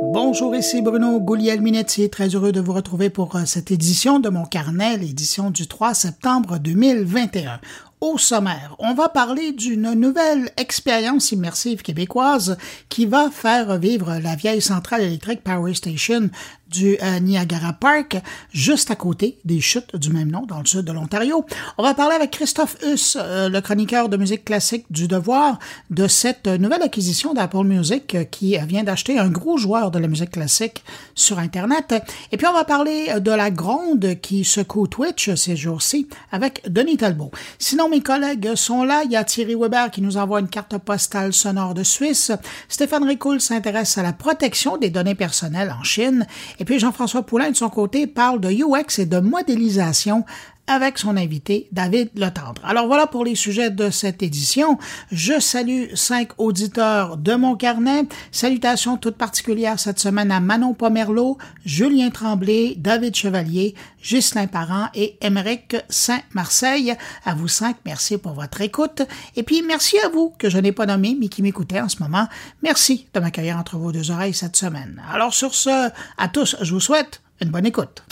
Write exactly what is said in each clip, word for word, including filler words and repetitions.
Bonjour, ici Bruno Guglielminetti, très heureux de vous retrouver pour cette édition de mon carnet, l'édition du trois septembre deux mille vingt et un. Au sommaire, on va parler d'une nouvelle expérience immersive québécoise qui va faire vivre la vieille centrale électrique Power Station du euh, Niagara Park, juste à côté des chutes du même nom dans le sud de l'Ontario. On va parler avec Christophe Huss, euh, le chroniqueur de musique classique du Devoir, de cette nouvelle acquisition d'Apple Music euh, qui vient d'acheter un gros joueur de la musique classique sur Internet. Et puis on va parler de la gronde qui secoue Twitch ces jours-ci avec Denis Talbot. Sinon, mes collègues sont là. Il y a Thierry Weber qui nous envoie une carte postale sonore de Suisse. Stéphane Ricoul s'intéresse à la protection des données personnelles en Chine. Et puis Jean-François Poulain, de son côté, parle de U X et de modélisation avec son invité David Letendre. Alors voilà pour les sujets de cette édition. Je salue cinq auditeurs de mon carnet. Salutations toutes particulières cette semaine à Manon Pomerleau, Julien Tremblay, David Chevalier, Ghislain Parent et Émeric Saint-Marseille. À vous cinq, merci pour votre écoute. Et puis merci à vous que je n'ai pas nommé mais qui m'écoutez en ce moment. Merci de m'accueillir entre vos deux oreilles cette semaine. Alors sur ce, à tous, je vous souhaite une bonne écoute.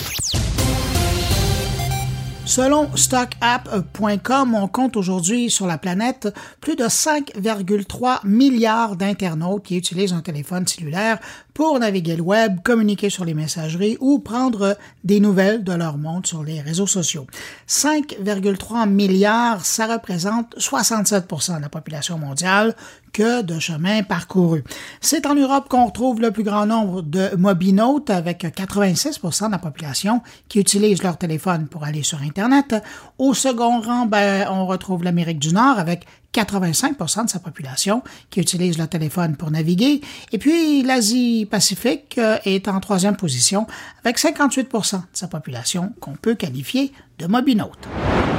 Selon stock app point com, on compte aujourd'hui sur la planète plus de cinq virgule trois milliards d'internautes qui utilisent un téléphone cellulaire pour naviguer le web, communiquer sur les messageries ou prendre des nouvelles de leur monde sur les réseaux sociaux. cinq virgule trois milliards, ça représente soixante-sept pour cent de la population mondiale que de chemin parcouru. C'est en Europe qu'on retrouve le plus grand nombre de mobinautes avec quatre-vingt-six pour cent de la population qui utilise leur téléphone pour aller sur Internet. Au second rang, ben, on retrouve l'Amérique du Nord avec quatre-vingt-cinq pour cent de sa population qui utilise le téléphone pour naviguer. Et puis, l'Asie-Pacifique est en troisième position avec cinquante-huit pour cent de sa population qu'on peut qualifier de mobinautes.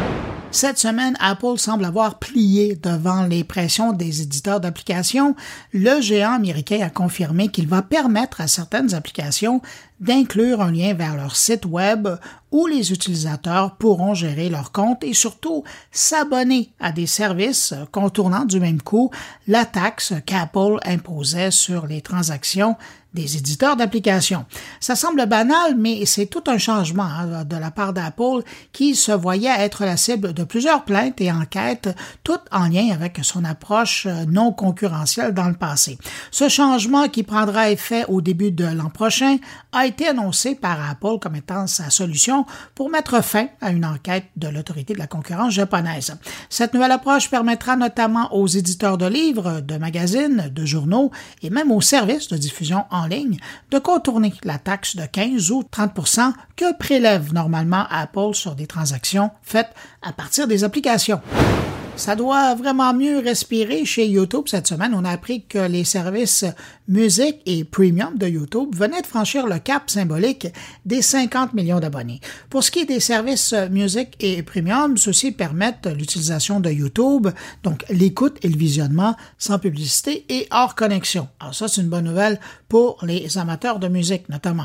Cette semaine, Apple semble avoir plié devant les pressions des éditeurs d'applications. Le géant américain a confirmé qu'il va permettre à certaines applications d'inclure un lien vers leur site web où les utilisateurs pourront gérer leur compte et surtout s'abonner à des services contournant du même coup la taxe qu'Apple imposait sur les transactions des éditeurs d'applications. Ça semble banal, mais c'est tout un changement hein, de la part d'Apple qui se voyait être la cible de plusieurs plaintes et enquêtes, toutes en lien avec son approche non concurrentielle dans le passé. Ce changement qui prendra effet au début de l'an prochain a été annoncé par Apple comme étant sa solution pour mettre fin à une enquête de l'autorité de la concurrence japonaise. Cette nouvelle approche permettra notamment aux éditeurs de livres, de magazines, de journaux et même aux services de diffusion en ligne de contourner la taxe de quinze ou trente pour cent que prélève normalement Apple sur des transactions faites à partir des applications. Ça doit vraiment mieux respirer chez YouTube cette semaine. On a appris que les services musique et premium de YouTube venaient de franchir le cap symbolique des cinquante millions d'abonnés. Pour ce qui est des services musique et premium, ceux-ci permettent l'utilisation de YouTube, donc l'écoute et le visionnement sans publicité et hors connexion. Alors ça, c'est une bonne nouvelle pour les amateurs de musique notamment.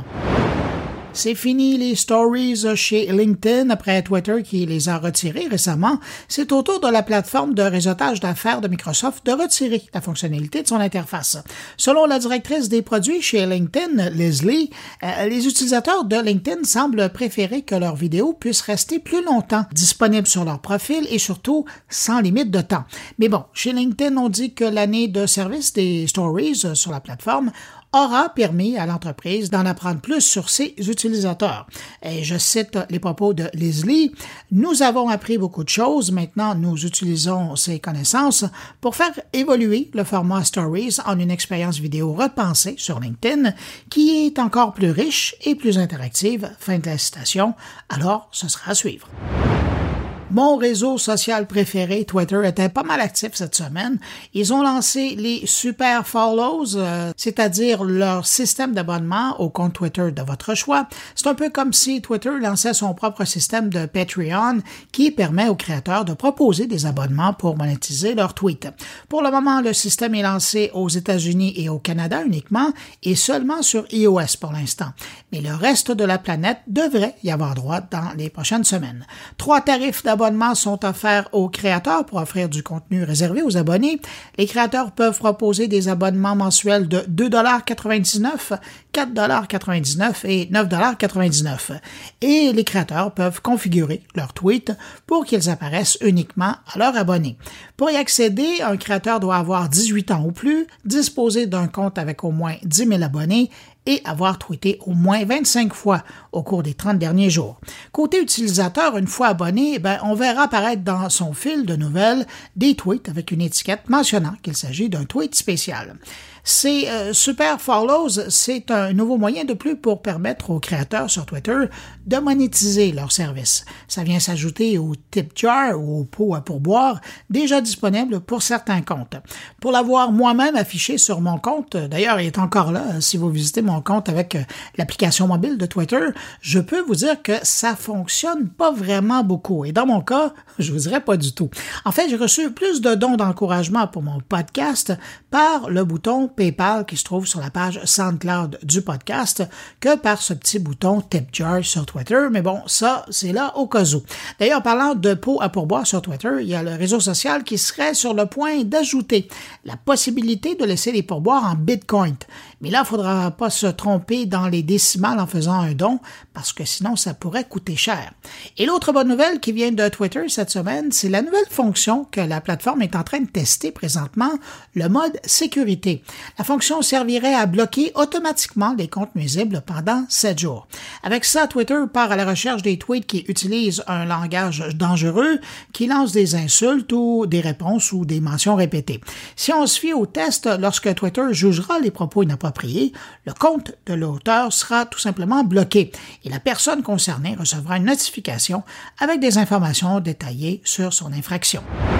C'est fini les stories chez LinkedIn après Twitter qui les a retirés récemment. C'est au tour de la plateforme de réseautage d'affaires de Microsoft de retirer la fonctionnalité de son interface. Selon la directrice des produits chez LinkedIn, Leslie, euh, les utilisateurs de LinkedIn semblent préférer que leurs vidéos puissent rester plus longtemps disponibles sur leur profil et surtout sans limite de temps. Mais bon, chez LinkedIn, on dit que l'année de service des stories sur la plateforme aura permis à l'entreprise d'en apprendre plus sur ses utilisateurs. Et je cite les propos de Leslie. « Nous avons appris beaucoup de choses. Maintenant, nous utilisons ces connaissances pour faire évoluer le format Stories en une expérience vidéo repensée sur LinkedIn qui est encore plus riche et plus interactive. » Fin de la citation. Alors, ce sera à suivre. Mon réseau social préféré, Twitter, était pas mal actif cette semaine. Ils ont lancé les Super Follows, euh, c'est-à-dire leur système d'abonnement au compte Twitter de votre choix. C'est un peu comme si Twitter lançait son propre système de Patreon qui permet aux créateurs de proposer des abonnements pour monétiser leurs tweets. Pour le moment, le système est lancé aux États-Unis et au Canada uniquement et seulement sur iOS pour l'instant. Mais le reste de la planète devrait y avoir droit dans les prochaines semaines. Trois tarifs d'abonnement abonnements sont offerts aux créateurs pour offrir du contenu réservé aux abonnés. Les créateurs peuvent proposer des abonnements mensuels de deux dollars quatre-vingt-dix-neuf, quatre dollars quatre-vingt-dix-neuf et neuf dollars quatre-vingt-dix-neuf. Et les créateurs peuvent configurer leurs tweets pour qu'ils apparaissent uniquement à leurs abonnés. Pour y accéder, un créateur doit avoir dix-huit ans ou plus, disposer d'un compte avec au moins dix mille abonnés et avoir tweeté au moins vingt-cinq fois au cours des trente derniers jours. Côté utilisateur, une fois abonné, ben, on verra apparaître dans son fil de nouvelles des tweets avec une étiquette mentionnant qu'il s'agit d'un tweet spécial. Ces euh, super follows, c'est un nouveau moyen de plus pour permettre aux créateurs sur Twitter de monétiser leurs services. Ça vient s'ajouter au tip jar ou au pot à pourboire déjà disponible pour certains comptes. Pour l'avoir moi-même affiché sur mon compte, d'ailleurs il est encore là si vous visitez mon compte avec l'application mobile de Twitter, je peux vous dire que ça fonctionne pas vraiment beaucoup. Et dans mon cas, je vous dirais pas du tout. En fait, j'ai reçu plus de dons d'encouragement pour mon podcast par le bouton PayPal qui se trouve sur la page SoundCloud du podcast que par ce petit bouton Tip Jar sur Twitter. Mais bon, ça, c'est là au cas où. D'ailleurs, parlant de pot à pourboire sur Twitter, il y a le réseau social qui serait sur le point d'ajouter la possibilité de laisser les pourboires en Bitcoin. Mais là, il ne faudra pas se tromper dans les décimales en faisant un don parce que sinon, ça pourrait coûter cher. Et l'autre bonne nouvelle qui vient de Twitter cette semaine, c'est la nouvelle fonction que la plateforme est en train de tester présentement, le mode sécurité. La fonction servirait à bloquer automatiquement les comptes nuisibles pendant sept jours. Avec ça, Twitter part à la recherche des tweets qui utilisent un langage dangereux, qui lancent des insultes ou des réponses ou des mentions répétées. Si on se fie au test, lorsque Twitter jugera les propos inappropriés, le compte de l'auteur sera tout simplement bloqué et la personne concernée recevra une notification avec des informations détaillées sur son infraction.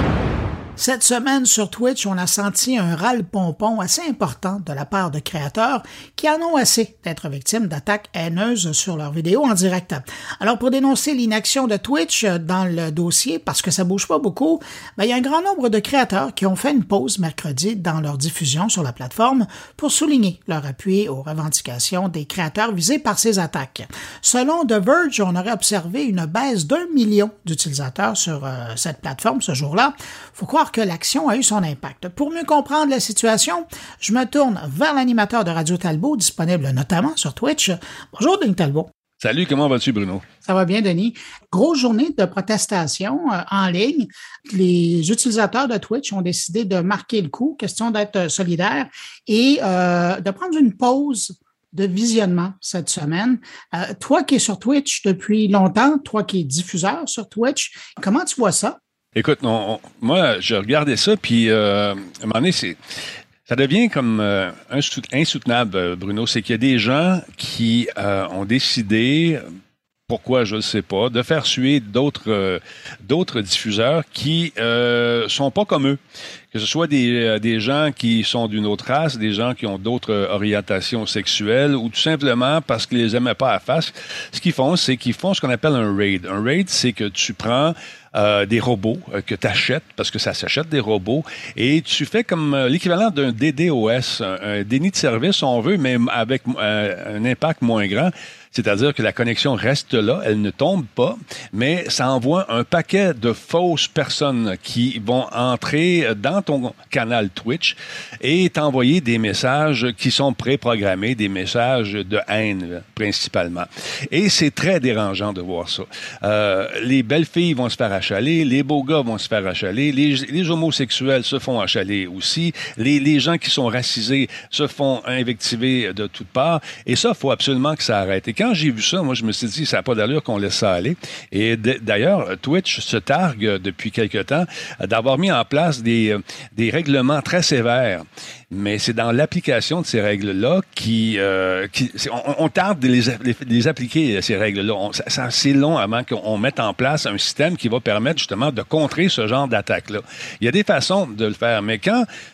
Cette semaine, sur Twitch, on a senti un râle-pompon assez important de la part de créateurs qui en ont assez d'être victimes d'attaques haineuses sur leurs vidéos en direct. Alors, pour dénoncer l'inaction de Twitch dans le dossier, parce que ça bouge pas beaucoup, ben, il y a un grand nombre de créateurs qui ont fait une pause mercredi dans leur diffusion sur la plateforme pour souligner leur appui aux revendications des créateurs visés par ces attaques. Selon The Verge, on aurait observé une baisse d'un million d'utilisateurs sur euh, cette plateforme ce jour-là. Faut croire que l'action a eu son impact. Pour mieux comprendre la situation, je me tourne vers l'animateur de Radio Talbot, disponible notamment sur Twitch. Bonjour, Denis Talbot. Salut, comment vas-tu, Bruno? Ça va bien, Denis. Grosse journée de protestation euh, en ligne. Les utilisateurs de Twitch ont décidé de marquer le coup, question d'être solidaires et euh, de prendre une pause de visionnement cette semaine. Euh, toi qui es sur Twitch depuis longtemps, toi qui es diffuseur sur Twitch, comment tu vois ça? Écoute, on, on, moi, je regardais ça, puis euh, à un moment donné, c'est, ça devient comme euh, insoutenable, Bruno. C'est qu'il y a des gens qui euh, ont décidé, pourquoi, je ne sais pas, de faire suer d'autres, euh, d'autres diffuseurs qui euh, sont pas comme eux. Que ce soit des, des gens qui sont d'une autre race, des gens qui ont d'autres orientations sexuelles, ou tout simplement parce qu'ils les aimaient pas à face. Ce qu'ils font, c'est qu'ils font ce qu'on appelle un raid. Un raid, c'est que tu prends euh, des robots euh, que tu achètes, parce que ça s'achète des robots, et tu fais comme euh, l'équivalent d'un D DoS, un, un déni de service, on veut, mais avec euh, un impact moins grand. C'est-à-dire que la connexion reste là, elle ne tombe pas, mais ça envoie un paquet de fausses personnes qui vont entrer dans ton canal Twitch et t'envoyer des messages qui sont préprogrammés, des messages de haine principalement. Et c'est très dérangeant de voir ça. Euh, les belles filles vont se faire achaler, les beaux gars vont se faire achaler, les, les homosexuels se font achaler aussi, les, les gens qui sont racisés se font invectiver de toutes parts, et ça, il faut absolument que ça arrête. Et quand j'ai vu ça, moi, je me suis dit, ça n'a pas d'allure qu'on laisse ça aller. Et d- d'ailleurs, Twitch se targue depuis quelque temps d'avoir mis en place des, des règlements très sévères. Mais c'est dans l'application de ces règles-là qui... Euh, qui on, on tarde de les, les, les appliquer, ces règles-là. On, ça, c'est assez long avant qu'on mette en place un système qui va permettre justement de contrer ce genre d'attaque-là. Il y a des façons de le faire, mais quand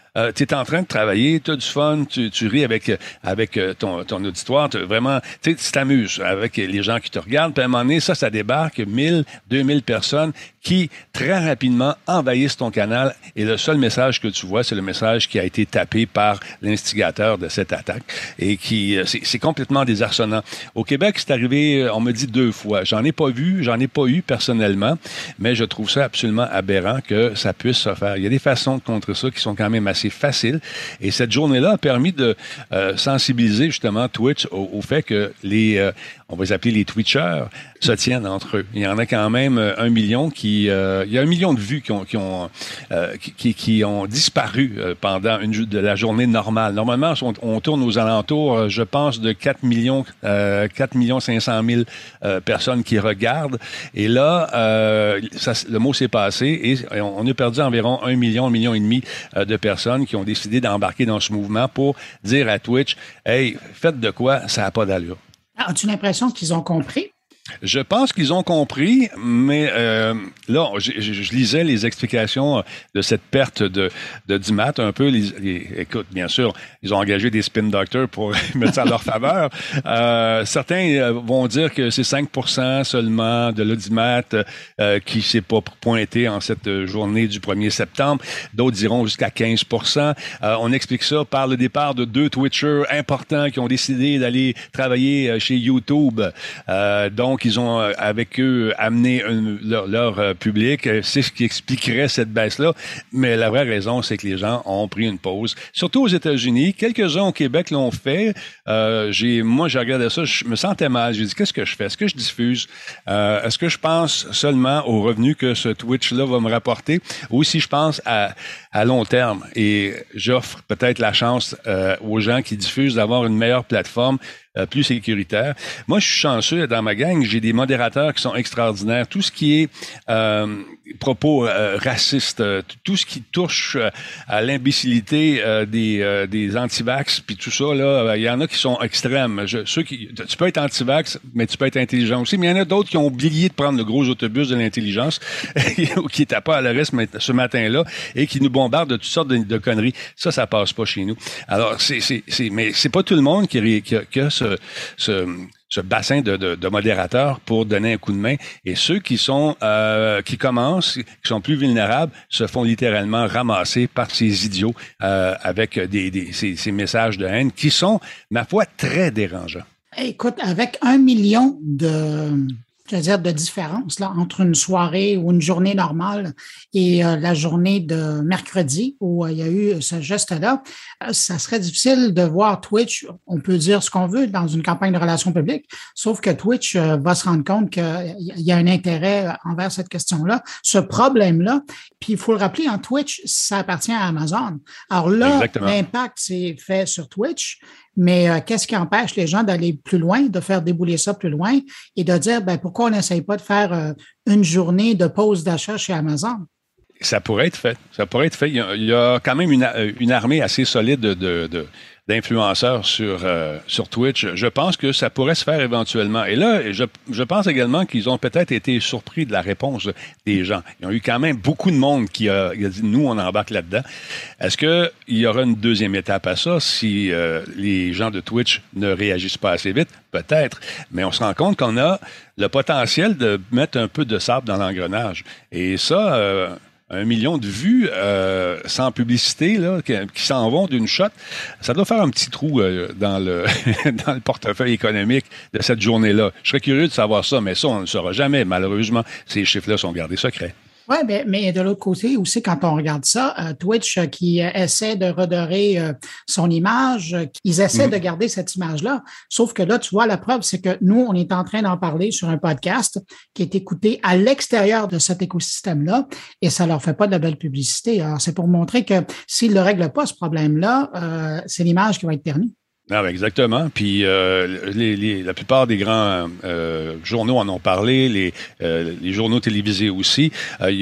Euh, tu es en train de travailler, tu as du fun, tu, tu ris avec, avec ton, ton auditoire, tu vraiment, tu t'amuses avec les gens qui te regardent, puis à un moment donné, ça, ça débarque, mille, deux mille personnes qui, très rapidement, envahissent ton canal, et le seul message que tu vois, c'est le message qui a été tapé par l'instigateur de cette attaque, et qui, c'est, c'est complètement désarçonnant. Au Québec, c'est arrivé, on me dit deux fois. J'en ai pas vu, j'en ai pas eu personnellement, mais je trouve ça absolument aberrant que ça puisse se faire. Il y a des façons de contrer ça qui sont quand même assez facile. Et cette journée-là a permis de euh, sensibiliser justement Twitch au, au fait que les, euh, on va les appeler les Twitchers, se tiennent entre eux. Il y en a quand même un million qui, euh, il y a un million de vues qui ont, qui ont, euh, qui, qui ont disparu euh, pendant une de la journée normale. Normalement, on, on tourne aux alentours, je pense, de quatre millions, euh, quatre millions cinq cent mille euh, personnes qui regardent. Et là, euh, ça, le mot s'est passé et on, on a perdu environ un million, un million et demi euh, de personnes qui ont décidé d'embarquer dans ce mouvement pour dire à Twitch, hey, faites de quoi, ça n'a pas d'allure. As-tu l'impression qu'ils ont compris? Je pense qu'ils ont compris, mais euh, là, je, je, je lisais les explications de cette perte de, de d'I-Mat un peu. Les, les, écoute, bien sûr, ils ont engagé des spin doctors pour mettre ça à leur faveur. Euh, certains vont dire que c'est cinq pour cent seulement de l'audimat euh, qui s'est pas pointé en cette journée du premier septembre. D'autres diront jusqu'à quinze pour cent. Euh, on explique ça par le départ de deux Twitchers importants qui ont décidé d'aller travailler chez YouTube. Euh, donc, ils ont, avec eux, amené un, leur, leur public. C'est ce qui expliquerait cette baisse-là. Mais la vraie raison, c'est que les gens ont pris une pause. Surtout aux États-Unis. Quelques-uns au Québec l'ont fait. Euh, j'ai, moi, j'ai regardé ça, je me sentais mal. J'ai dit, qu'est-ce que je fais? Est-ce que je diffuse? Euh, est-ce que je pense seulement aux revenus que ce Twitch-là va me rapporter? Ou si je pense à, à long terme et j'offre peut-être la chance euh, aux gens qui diffusent d'avoir une meilleure plateforme Euh, plus sécuritaire. Moi, je suis chanceux dans ma gang. J'ai des modérateurs qui sont extraordinaires. Tout ce qui est euh, propos euh, racistes, euh, tout ce qui touche euh, à l'imbécilité euh, des, euh, des anti-vax, puis tout ça, là, il y en a qui sont extrêmes. Je, ceux qui, tu peux être anti-vax, mais tu peux être intelligent aussi. Mais il y en a d'autres qui ont oublié de prendre le gros autobus de l'intelligence, qui n'étaient pas à l'arrêt ce matin-là, et qui nous bombardent de toutes sortes de, de conneries. Ça, ça passe pas chez nous. Alors, c'est, c'est, c'est, mais c'est pas tout le monde qui, qui, qui a Ce, ce, ce bassin de, de, de modérateurs pour donner un coup de main. Et ceux qui sont euh, qui commencent, qui sont plus vulnérables, se font littéralement ramasser par ces idiots euh, avec des, des ces, ces messages de haine qui sont, ma foi, très dérangeants. Écoute, avec un million de je veux dire, de différence là, entre une soirée ou une journée normale et euh, la journée de mercredi où euh, il y a eu ce geste-là, euh, ça serait difficile de voir Twitch, on peut dire ce qu'on veut dans une campagne de relations publiques, sauf que Twitch euh, va se rendre compte qu'il y a un intérêt envers cette question-là, ce problème-là. Puis il faut le rappeler, en Twitch, ça appartient à Amazon. Alors là, Exactement. L'impact, c'est fait sur Twitch. Mais euh, qu'est-ce qui empêche les gens d'aller plus loin, de faire débouler ça plus loin et de dire, ben pourquoi on n'essaye pas de faire euh, une journée de pause d'achat chez Amazon? Ça pourrait être fait. Ça pourrait être fait. Il y a, il y a quand même une, une armée assez solide de, de, de d'influenceurs sur euh, sur Twitch. Je pense que ça pourrait se faire éventuellement. Et là, je, je pense également qu'ils ont peut-être été surpris de la réponse des gens. Il y a eu quand même beaucoup de monde qui a, qui a dit, nous, on embarque là-dedans. Est-ce qu'il y aura une deuxième étape à ça si euh, les gens de Twitch ne réagissent pas assez vite? Peut-être. Mais on se rend compte qu'on a le potentiel de mettre un peu de sable dans l'engrenage. Et ça... Euh, un million de vues euh, sans publicité là, qui, qui s'en vont d'une shot, ça doit faire un petit trou euh, dans le dans le portefeuille économique de cette journée-là. Je serais curieux de savoir ça, mais ça, on ne le saura jamais. Malheureusement, ces chiffres-là sont gardés secrets. Oui, mais, mais de l'autre côté aussi, quand on regarde ça, euh, Twitch euh, qui euh, essaie de redorer euh, son image, euh, ils essaient mmh. de garder cette image-là. Sauf que là, tu vois, la preuve, c'est que nous, on est en train d'en parler sur un podcast qui est écouté à l'extérieur de cet écosystème-là et ça leur fait pas de la belle publicité. Alors, c'est pour montrer que s'ils ne règlent pas ce problème-là, euh, c'est l'image qui va être ternie. Ah, ben exactement. Puis euh, les, les, la plupart des grands euh, journaux en ont parlé, les, euh, les journaux télévisés aussi. Euh, il y a beaucoup,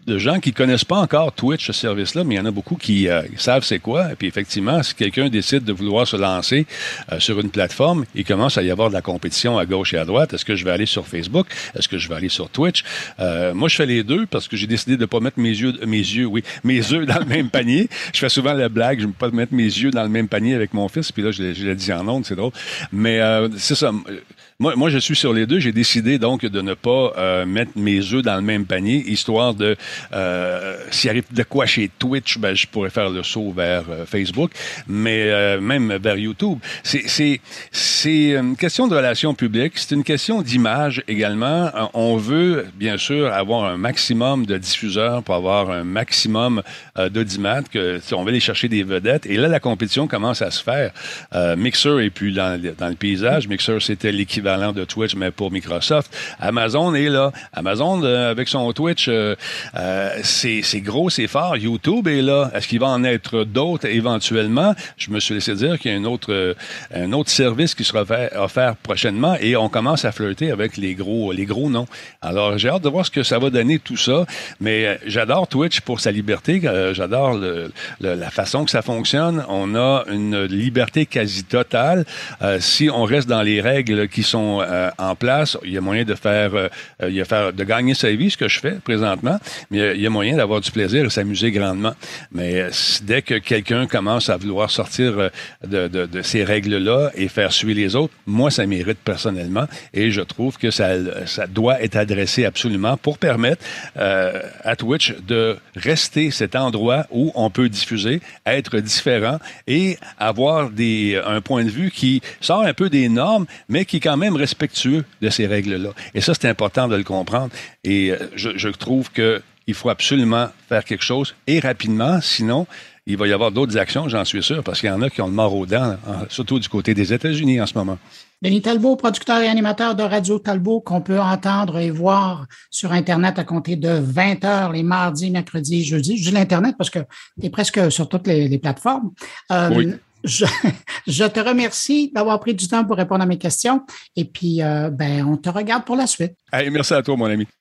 de gens qui ne connaissent pas encore Twitch, ce service-là, mais il y en a beaucoup qui euh, savent c'est quoi. Et puis effectivement, si quelqu'un décide de vouloir se lancer euh, sur une plateforme, il commence à y avoir de la compétition à gauche et à droite. Est-ce que je vais aller sur Facebook? Est-ce que je vais aller sur Twitch? Euh, moi, je fais les deux parce que j'ai décidé de ne pas mettre mes yeux, mes yeux, oui, mes œufs dans le même panier. Je fais souvent la blague, je ne veux pas mettre mes yeux dans le même panier avec mon fils. Puis là, je, je l'ai dit en ondes, c'est drôle. Mais euh, c'est ça. Moi, moi, je suis sur les deux. J'ai décidé donc de ne pas euh, mettre mes œufs dans le même panier, histoire de, euh, s'il arrive de quoi chez Twitch, ben, je pourrais faire le saut vers euh, Facebook, mais euh, même vers YouTube. C'est, c'est, c'est une question de relations publiques, c'est une question d'image également. On veut, bien sûr, avoir un maximum de diffuseurs pour avoir un maximum euh, d'audimat, que si on veut aller chercher des vedettes. Et là, la compétition commence à se faire. Euh, Mixer est plus dans, dans le paysage. Mixer, c'était l'équivalent de Twitch, mais pour Microsoft. Amazon est là. Amazon, euh, avec son Twitch, euh, euh, c'est, c'est gros, c'est fort. YouTube est là. Est-ce qu'il va en être d'autres éventuellement? Je me suis laissé dire qu'il y a un autre, euh, un autre service qui sera fait, offert prochainement et on commence à flirter avec les gros, les gros noms. Alors, j'ai hâte de voir ce que ça va donner tout ça, mais euh, j'adore Twitch pour sa liberté. Euh, j'adore le, le, la façon que ça fonctionne. On a une liberté quasi totale. Euh, si on reste dans les règles qui sont Euh, en place, il y a moyen de faire, euh, il y a faire de gagner sa vie, ce que je fais présentement, mais il y a, il y a moyen d'avoir du plaisir et s'amuser grandement. Mais euh, dès que quelqu'un commence à vouloir sortir euh, de, de, de ces règles-là et faire suivre les autres, moi, ça mérite personnellement et je trouve que ça, ça doit être adressé absolument pour permettre euh, à Twitch de rester cet endroit où on peut diffuser, être différent et avoir des, un point de vue qui sort un peu des normes, mais qui est quand même respectueux de ces règles-là. Et ça, c'est important de le comprendre. Et je, je trouve qu'il faut absolument faire quelque chose et rapidement, sinon, il va y avoir d'autres actions, j'en suis sûr, parce qu'il y en a qui ont le mort aux dents, surtout du côté des États-Unis en ce moment. Denis Talbot, producteur et animateur de Radio Talbot, qu'on peut entendre et voir sur Internet à compter de vingt heures les mardis, mercredis, jeudis. Je dis l'Internet parce que tu es presque sur toutes les, les plateformes. Euh, oui. Je, je te remercie d'avoir pris du temps pour répondre à mes questions. Et puis, euh, ben, on te regarde pour la suite. Hey, merci à toi, mon ami.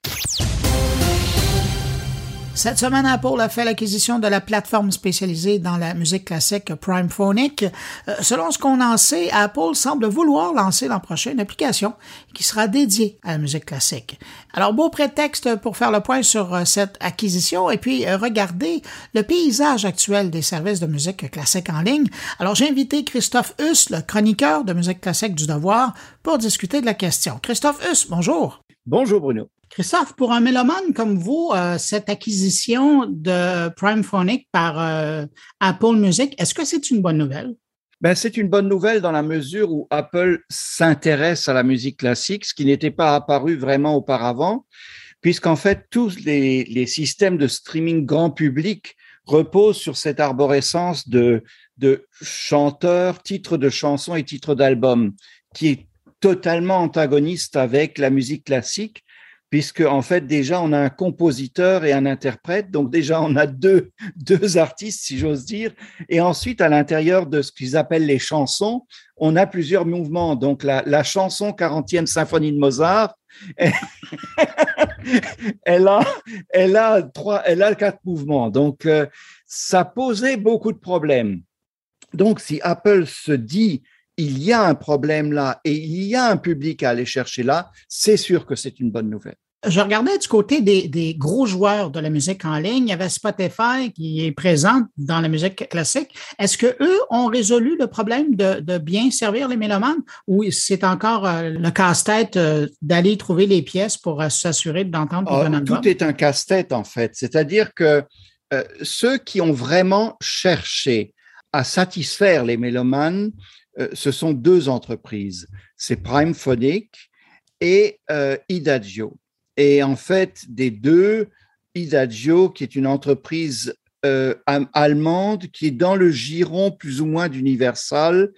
Cette semaine, Apple a fait l'acquisition de la plateforme spécialisée dans la musique classique Primephonic. Euh, selon ce qu'on en sait, Apple semble vouloir lancer l'an prochain une application qui sera dédiée à la musique classique. Alors, beau prétexte pour faire le point sur euh, cette acquisition et puis euh, regarder le paysage actuel des services de musique classique en ligne. Alors, j'ai invité Christophe Huss, le chroniqueur de musique classique du Devoir, pour discuter de la question. Christophe Huss, bonjour. Bonjour Bruno. Christophe, pour un mélomane comme vous, euh, cette acquisition de Primephonic par euh, Apple Music, est-ce que c'est une bonne nouvelle? Ben, c'est une bonne nouvelle dans la mesure où Apple s'intéresse à la musique classique, ce qui n'était pas apparu vraiment auparavant, puisqu'en fait, tous les, les systèmes de streaming grand public reposent sur cette arborescence de, de chanteurs, titres de chansons et titres d'albums, qui est totalement antagoniste avec la musique classique, puisque en fait déjà on a un compositeur et un interprète, donc déjà on a deux deux artistes si j'ose dire, et ensuite à l'intérieur de ce qu'ils appellent les chansons, on a plusieurs mouvements. Donc la la chanson quarantième symphonie de Mozart, elle, elle a elle a trois elle a quatre mouvements. Donc euh, ça posait beaucoup de problèmes. Donc si Apple se dit il y a un problème là et il y a un public à aller chercher là, c'est sûr que c'est une bonne nouvelle. Je regardais du côté des, des gros joueurs de la musique en ligne. Il y avait Spotify qui est présent dans la musique classique. Est-ce que eux ont résolu le problème de, de bien servir les mélomanes ou c'est encore euh, le casse-tête euh, d'aller trouver les pièces pour euh, s'assurer d'entendre oh, un album? Tout est un casse-tête en fait. C'est-à-dire que euh, ceux qui ont vraiment cherché à satisfaire les mélomanes, euh, ce sont deux entreprises. C'est Primephonic et euh, Idagio. Et en fait, des deux, Idagio, qui est une entreprise euh, allemande, qui est dans le giron plus ou moins d'Universal,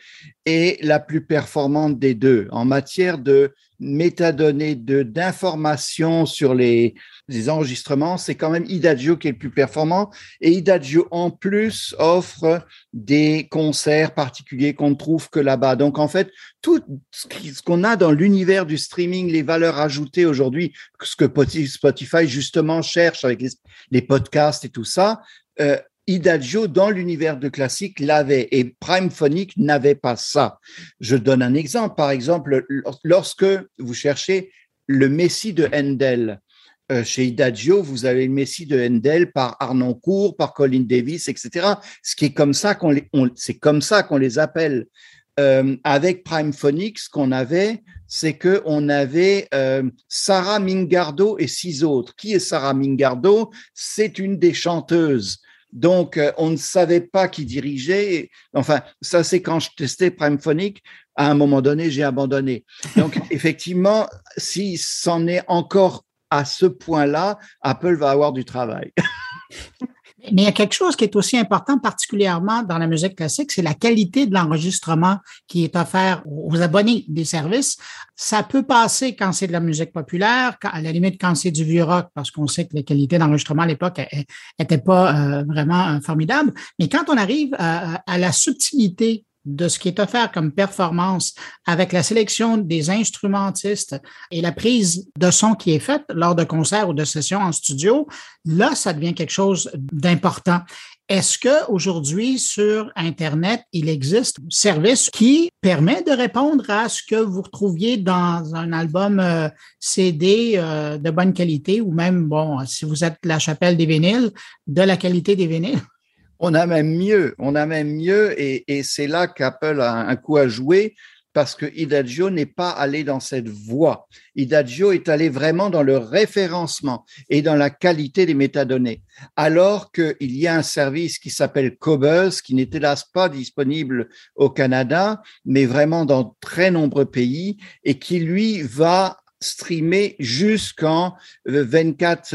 est la plus performante des deux. En matière de métadonnées, de, d'informations sur les, les enregistrements, c'est quand même Idagio qui est le plus performant. Et Idagio, en plus, offre des concerts particuliers qu'on ne trouve que là-bas. Donc, en fait, tout ce qu'on a dans l'univers du streaming, les valeurs ajoutées aujourd'hui, ce que Spotify, justement, cherche avec les, les podcasts et tout ça, euh, Idagio, dans l'univers de classique, l'avait et Primephonic n'avait pas ça. Je donne un exemple. Par exemple, lorsque vous cherchez le Messie de Handel, euh, chez Idagio, vous avez le Messie de Handel par Harnoncourt, par Colin Davis, et cetera. Ce qui est comme ça qu'on les, on, c'est comme ça qu'on les appelle. Euh, avec Primephonic, ce qu'on avait, c'est que on avait euh, Sarah Mingardo et six autres. Qui est Sarah Mingardo? C'est une des chanteuses. Donc, euh, on ne savait pas qui dirigeait. Enfin, ça, c'est quand je testais Primephonic. À un moment donné, j'ai abandonné. Donc, effectivement, si c'en est encore à ce point-là, Apple va avoir du travail. Mais il y a quelque chose qui est aussi important, particulièrement dans la musique classique, c'est la qualité de l'enregistrement qui est offert aux abonnés des services. Ça peut passer quand c'est de la musique populaire, quand, à la limite quand c'est du vieux rock, parce qu'on sait que la qualité d'enregistrement à l'époque n'était pas euh, vraiment euh, formidable. Mais quand on arrive à, à la subtilité de ce qui est offert comme performance avec la sélection des instrumentistes et la prise de son qui est faite lors de concerts ou de sessions en studio, là, ça devient quelque chose d'important. Est-ce que aujourd'hui sur Internet, il existe un service qui permet de répondre à ce que vous retrouviez dans un album euh, C D euh, de bonne qualité ou même, bon, si vous êtes la chapelle des vinyles, de la qualité des vinyles? On a même mieux, on a même mieux, et, et c'est là qu'Apple a un coup à jouer parce que Idagio n'est pas allé dans cette voie. Idagio est allé vraiment dans le référencement et dans la qualité des métadonnées, alors qu'il y a un service qui s'appelle Qobuz, qui n'est hélas pas disponible au Canada, mais vraiment dans très nombreux pays, et qui lui va streamé jusqu'en vingt-quatre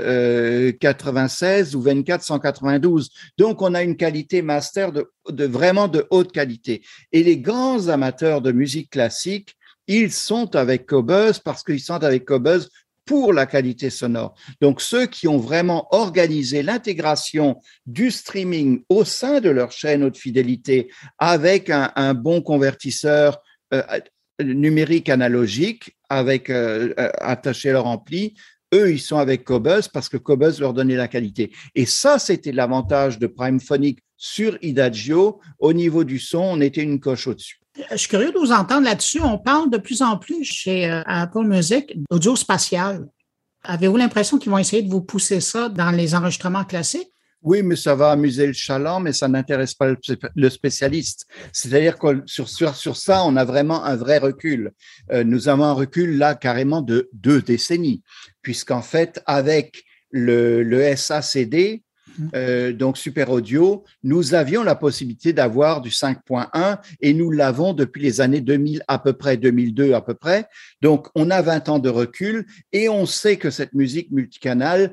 quatre-vingt-seize ou vingt-quatre cent quatre-vingt-douze. Donc, on a une qualité master de, de vraiment de haute qualité. Et les grands amateurs de musique classique, ils sont avec Qobuz parce qu'ils sont avec Qobuz pour la qualité sonore. Donc, ceux qui ont vraiment organisé l'intégration du streaming au sein de leur chaîne haute fidélité avec un, un bon convertisseur euh, numérique analogique avec euh, attaché leur ampli, eux, ils sont avec Qobuz parce que Qobuz leur donnait la qualité. Et ça, c'était l'avantage de Primephonic sur Idagio. Au niveau du son, on était une coche au-dessus. Je suis curieux de vous entendre là-dessus. On parle de plus en plus chez euh, Apple Music d'audio spatial. Avez-vous l'impression qu'ils vont essayer de vous pousser ça dans les enregistrements classiques? Oui, mais ça va amuser le chaland, mais ça n'intéresse pas le spécialiste. C'est-à-dire que sur, sur, sur ça, on a vraiment un vrai recul. Euh, nous avons un recul là carrément de deux décennies, puisqu'en fait, avec le, le S A C D, euh, donc Super Audio, nous avions la possibilité d'avoir du cinq point un et nous l'avons depuis les années deux mille à peu près, deux mille deux à peu près. Donc, on a vingt ans de recul et on sait que cette musique multicanale,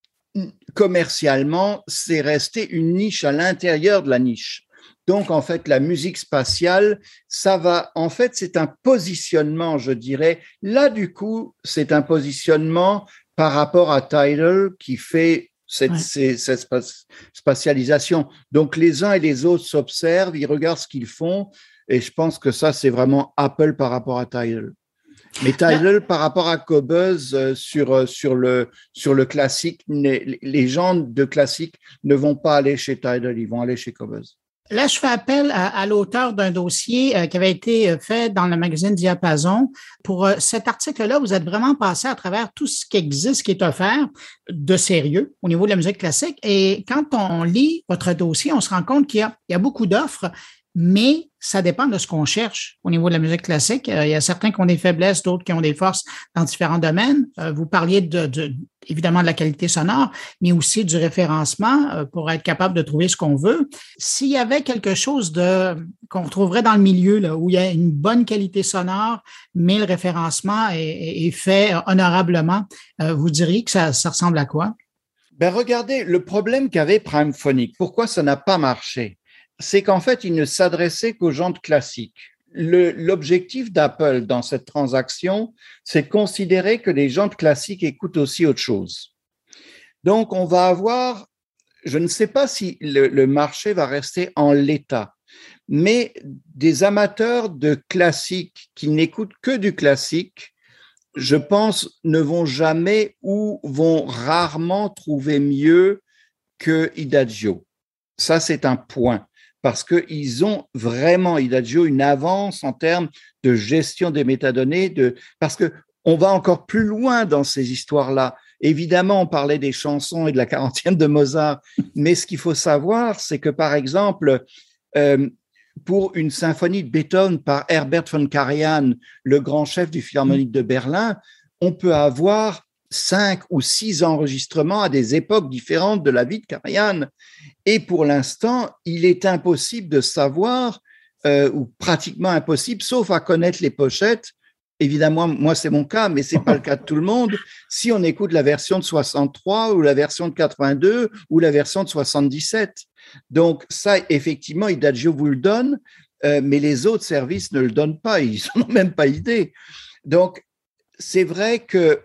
commercialement, c'est resté une niche à l'intérieur de la niche. Donc, en fait, la musique spatiale, ça va, en fait, c'est un positionnement, je dirais. Là, du coup, c'est un positionnement par rapport à Tidal qui fait cette, ouais. cette spatialisation. Donc, les uns et les autres s'observent, ils regardent ce qu'ils font, et je pense que ça, c'est vraiment Apple par rapport à Tidal. Mais Tidal, par rapport à Qobuz, euh, sur, euh, sur, le, sur le classique, les, les gens de classique ne vont pas aller chez Tidal, ils vont aller chez Qobuz. Là, je fais appel à, à l'auteur d'un dossier euh, qui avait été fait dans le magazine Diapason. Pour euh, cet article-là, vous êtes vraiment passé à travers tout ce qui existe, qui est offert de sérieux au niveau de la musique classique. Et quand on lit votre dossier, on se rend compte qu'il y a, il y a beaucoup d'offres, mais ça dépend de ce qu'on cherche au niveau de la musique classique. Euh, il y a certains qui ont des faiblesses, d'autres qui ont des forces dans différents domaines. Euh, vous parliez de, de, évidemment de la qualité sonore, mais aussi du référencement euh, pour être capable de trouver ce qu'on veut. S'il y avait quelque chose de qu'on retrouverait dans le milieu là, où il y a une bonne qualité sonore, mais le référencement est, est fait honorablement, euh, vous diriez que ça, ça ressemble à quoi? Ben regardez, le problème qu'avait Primephonic, pourquoi ça n'a pas marché? c'est qu'en fait, il ne s'adressait qu'aux gens de classique. Le, l'objectif d'Apple dans cette transaction, c'est de considérer que les gens de classique écoutent aussi autre chose. Donc, on va avoir, je ne sais pas si le, le marché va rester en l'état, mais des amateurs de classique qui n'écoutent que du classique, je pense, ne vont jamais ou vont rarement trouver mieux que Idagio. Ça, c'est un point. Parce qu'ils ont vraiment, Idagio, une avance en termes de gestion des métadonnées, de, parce qu'on va encore plus loin dans ces histoires-là. Évidemment, on parlait des chansons et de la quarantième de Mozart, mais ce qu'il faut savoir, c'est que, par exemple, euh, pour une symphonie de Beethoven par Herbert von Karajan, le grand chef du Philharmonique de Berlin, on peut avoir cinq ou six enregistrements à des époques différentes de la vie de Karajan. Et pour l'instant, il est impossible de savoir, euh, ou pratiquement impossible, sauf à connaître les pochettes. Évidemment, moi, c'est mon cas, mais c'est pas le cas de tout le monde. Si on écoute la version de soixante-trois ou la version de quatre-vingt-deux ou la version de soixante-dix-sept. Donc, ça, effectivement, Idagio vous le donne, euh, mais les autres services ne le donnent pas. Ils n'en ont même pas idée. Donc, c'est vrai que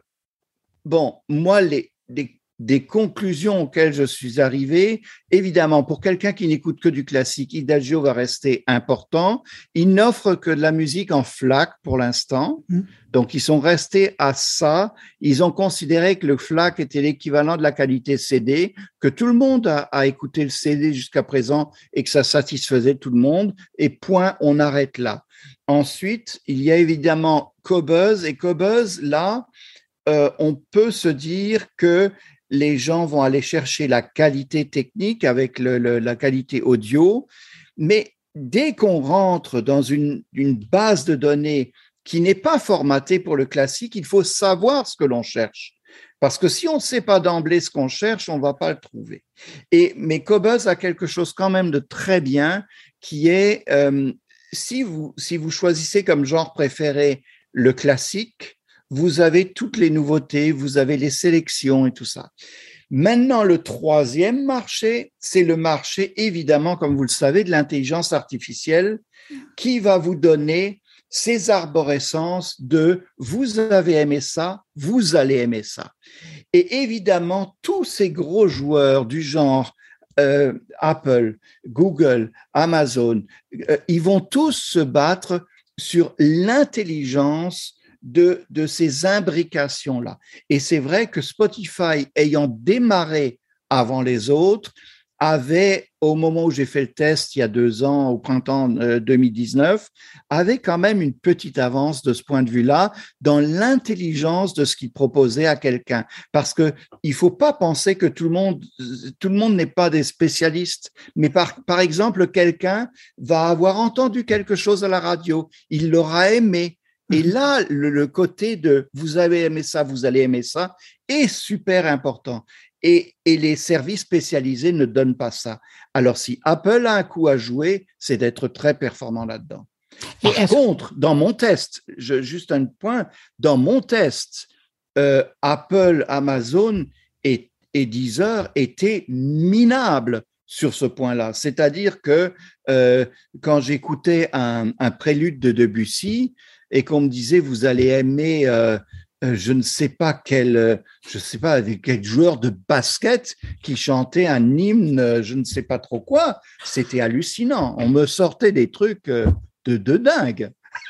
bon, moi, les, les, des conclusions auxquelles je suis arrivé, évidemment, pour quelqu'un qui n'écoute que du classique, Idagio va rester important. Il n'offre que de la musique en FLAC pour l'instant. Mmh. Donc, ils sont restés à ça. Ils ont considéré que le FLAC était l'équivalent de la qualité C D, que tout le monde a, a écouté le C D jusqu'à présent et que ça satisfaisait tout le monde. Et point, on arrête là. Ensuite, il y a évidemment Qobuz. Et Qobuz, là, Euh, on peut se dire que les gens vont aller chercher la qualité technique avec le, le, la qualité audio, mais dès qu'on rentre dans une, une base de données qui n'est pas formatée pour le classique, il faut savoir ce que l'on cherche. Parce que si on ne sait pas d'emblée ce qu'on cherche, on ne va pas le trouver. Et, mais Qobuz a quelque chose quand même de très bien qui est, euh, si vous, si vous choisissez comme genre préféré le classique, vous avez toutes les nouveautés, vous avez les sélections et tout ça. Maintenant, le troisième marché, c'est le marché, évidemment, comme vous le savez, de l'intelligence artificielle qui va vous donner ces arborescences de « vous avez aimé ça, vous allez aimer ça ». Et évidemment, tous ces gros joueurs du genre euh, Apple, Google, Amazon, euh, ils vont tous se battre sur l'intelligence De, de ces imbrications-là. Et c'est vrai que Spotify, ayant démarré avant les autres, avait, au moment où j'ai fait le test il y a deux ans, au printemps deux mille dix-neuf, avait quand même une petite avance de ce point de vue-là dans l'intelligence de ce qu'il proposait à quelqu'un. Parce que il faut pas penser que tout le monde, tout le monde n'est pas des spécialistes. Mais par, par exemple, quelqu'un va avoir entendu quelque chose à la radio, il l'aura aimé. Et là, le, le côté de « vous avez aimé ça, vous allez aimer ça » est super important. Et, et les services spécialisés ne donnent pas ça. Alors, si Apple a un coup à jouer, c'est d'être très performant là-dedans. Par et contre, dans mon test, je, juste un point, dans mon test, euh, Apple, Amazon et, et Deezer étaient minables sur ce point-là. C'est-à-dire que euh, quand j'écoutais un, un prélude de Debussy, et qu'on me disait, vous allez aimer, euh, euh, je ne sais pas quel, euh, je sais pas, quel joueur de basket qui chantait un hymne, euh, je ne sais pas trop quoi. C'était hallucinant. On me sortait des trucs euh, de, de dingue.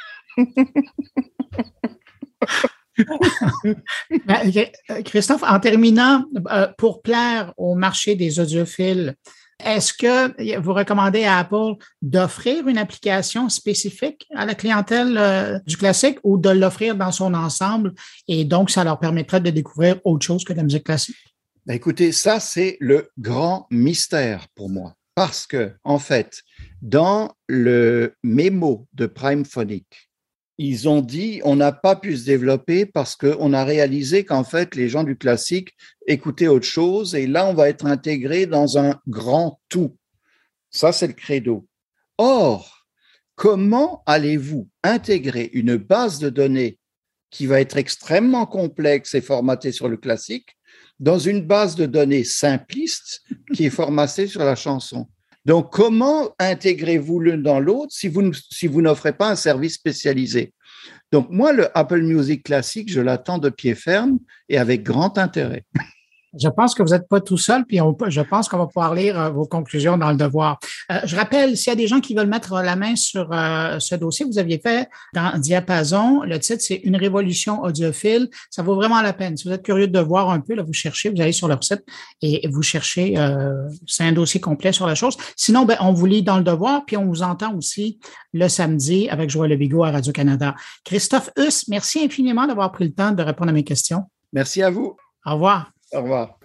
Christophe, en terminant, euh, pour plaire au marché des audiophiles, est-ce que vous recommandez à Apple d'offrir une application spécifique à la clientèle euh, du classique ou de l'offrir dans son ensemble et donc ça leur permettrait de découvrir autre chose que la musique classique? Ben écoutez, ça c'est le grand mystère pour moi parce que en fait, dans le mémo de Primephonic, ils ont dit on n'a pas pu se développer parce qu'on a réalisé qu'en fait, les gens du classique écoutaient autre chose et là, on va être intégré dans un grand tout. Ça, c'est le credo. Or, comment allez-vous intégrer une base de données qui va être extrêmement complexe et formatée sur le classique dans une base de données simpliste qui est formatée sur la chanson? Donc, comment intégrez-vous l'un dans l'autre si vous, si vous n'offrez pas un service spécialisé? Donc, moi, le Apple Music classique, je l'attends de pied ferme et avec grand intérêt. Je pense que vous n'êtes pas tout seul, puis on, je pense qu'on va pouvoir lire euh, vos conclusions dans le devoir. Euh, je rappelle, s'il y a des gens qui veulent mettre la main sur euh, ce dossier, vous aviez fait dans Diapason, le titre, c'est « Une révolution audiophile ». Ça vaut vraiment la peine. Si vous êtes curieux de voir un peu, là, vous cherchez, vous allez sur leur site et vous cherchez, euh, c'est un dossier complet sur la chose. Sinon, ben, on vous lit dans le devoir, puis on vous entend aussi le samedi avec Joël Lebigot à Radio-Canada. Christophe Huss, merci infiniment d'avoir pris le temps de répondre à mes questions. Merci à vous. Au revoir. Au revoir.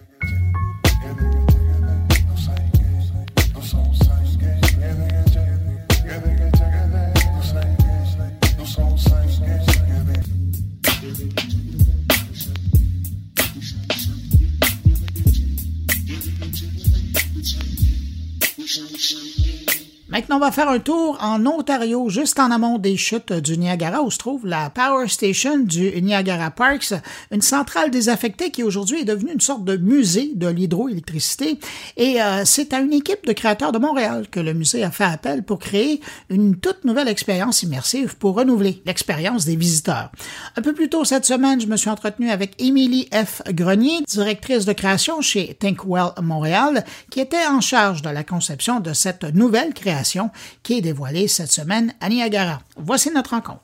Maintenant, on va faire un tour en Ontario, juste en amont des chutes du Niagara, où se trouve la Power Station du Niagara Parks, une centrale désaffectée qui aujourd'hui est devenue une sorte de musée de l'hydroélectricité. Et euh, c'est à une équipe de créateurs de Montréal que le musée a fait appel pour créer une toute nouvelle expérience immersive pour renouveler l'expérience des visiteurs. Un peu plus tôt cette semaine, je me suis entretenu avec Émilie F. Grenier, directrice de création chez Thinkwell Montréal, qui était en charge de la conception de cette nouvelle création qui est dévoilée cette semaine à Niagara. Voici notre rencontre.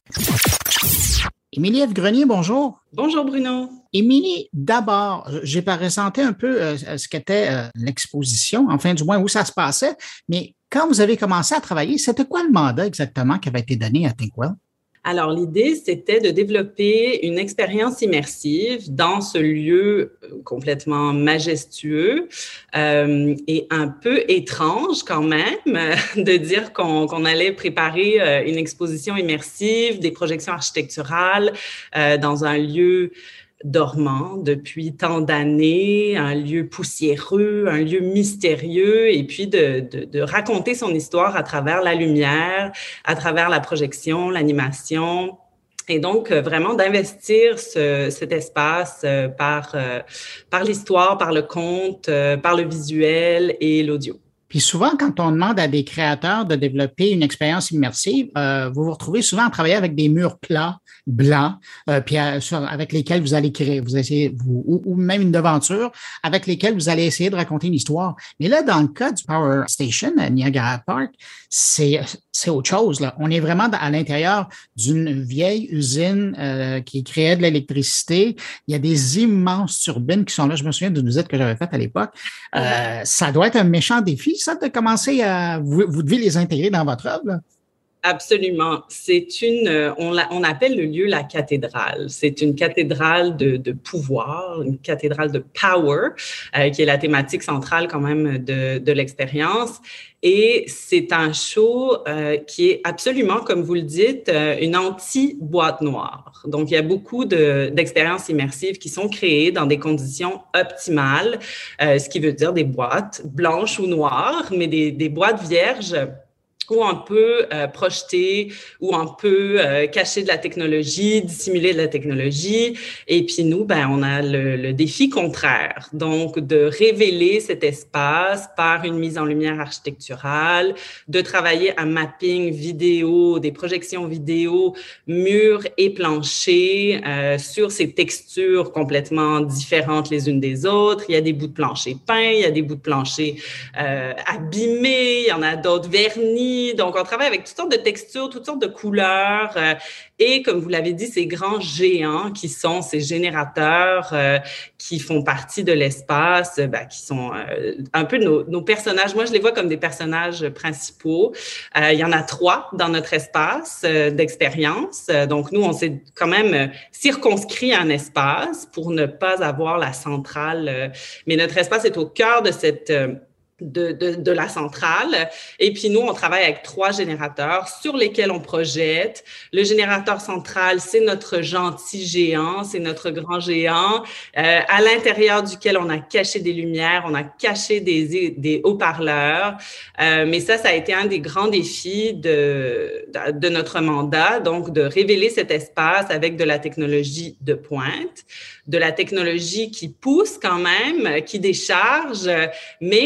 Émilie F. Grenier, bonjour. Bonjour Bruno. Émilie, d'abord, j'ai présenté un peu euh, ce qu'était euh, l'exposition, enfin du moins où ça se passait, mais quand vous avez commencé à travailler, c'était quoi le mandat exactement qui avait été donné à Thinkwell? Alors, l'idée, c'était de développer une expérience immersive dans ce lieu complètement majestueux euh, et un peu étrange quand même, de dire qu'on, qu'on allait préparer euh, une exposition immersive, des projections architecturales euh, dans un lieu dormant depuis tant d'années, un lieu poussiéreux, un lieu mystérieux, et puis de, de, de raconter son histoire à travers la lumière, à travers la projection, l'animation. Et donc, vraiment d'investir ce, cet espace euh, par, euh, par l'histoire, par le conte, euh, par le visuel et l'audio. Puis souvent, quand on demande à des créateurs de développer une expérience immersive, euh, vous vous retrouvez souvent à travailler avec des murs plats, blancs, euh, puis à, sur, avec lesquels vous allez créer, vous essayez, vous, ou, ou même une devanture avec lesquels vous allez essayer de raconter une histoire. Mais là, dans le cas du Power Station à Niagara Park, c'est c'est autre chose, là. On est vraiment à l'intérieur d'une vieille usine euh, qui créait de l'électricité. Il y a des immenses turbines qui sont là. Je me souviens d'une visite que j'avais faite à l'époque. Euh, ça doit être un méchant défi, ça, de commencer à... Vous, vous devez les intégrer dans votre œuvre, là. Absolument. C'est une, on, la, on appelle le lieu la cathédrale. C'est une cathédrale de, de pouvoir, une cathédrale de power, euh, qui est la thématique centrale quand même de, de l'expérience. Et c'est un show euh, qui est absolument, comme vous le dites, euh, une anti-boîte noire. Donc, il y a beaucoup de, d'expériences immersives qui sont créées dans des conditions optimales, euh, ce qui veut dire des boîtes blanches ou noires, mais des, des boîtes vierges où on peut euh, projeter, où on peut euh, cacher de la technologie, dissimuler de la technologie. Et puis nous, ben, on a le, le défi contraire, donc de révéler cet espace par une mise en lumière architecturale, de travailler un mapping vidéo, des projections vidéo, murs et planchers, euh, sur ces textures complètement différentes les unes des autres. Il y a des bouts de plancher peints, il y a des bouts de plancher euh, abîmés, il y en a d'autres vernis. Donc, on travaille avec toutes sortes de textures, toutes sortes de couleurs euh, et, comme vous l'avez dit, ces grands géants qui sont ces générateurs euh, qui font partie de l'espace, ben, qui sont euh, un peu nos, nos personnages. Moi, je les vois comme des personnages principaux. Euh, il y en a trois dans notre espace euh, d'expérience. Donc, nous, on s'est quand même circonscrit un espace pour ne pas avoir la centrale. Euh, mais notre espace est au cœur de cette... Euh, De, de, de la centrale. Et puis, nous, on travaille avec trois générateurs sur lesquels on projette. Le générateur central, c'est notre gentil géant, c'est notre grand géant, euh, à l'intérieur duquel on a caché des lumières, on a caché des, des haut-parleurs. Euh, mais ça, ça a été un des grands défis de, de, de notre mandat, donc de révéler cet espace avec de la technologie de pointe, de la technologie qui pousse quand même, qui décharge, mais qui est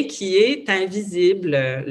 est invisible.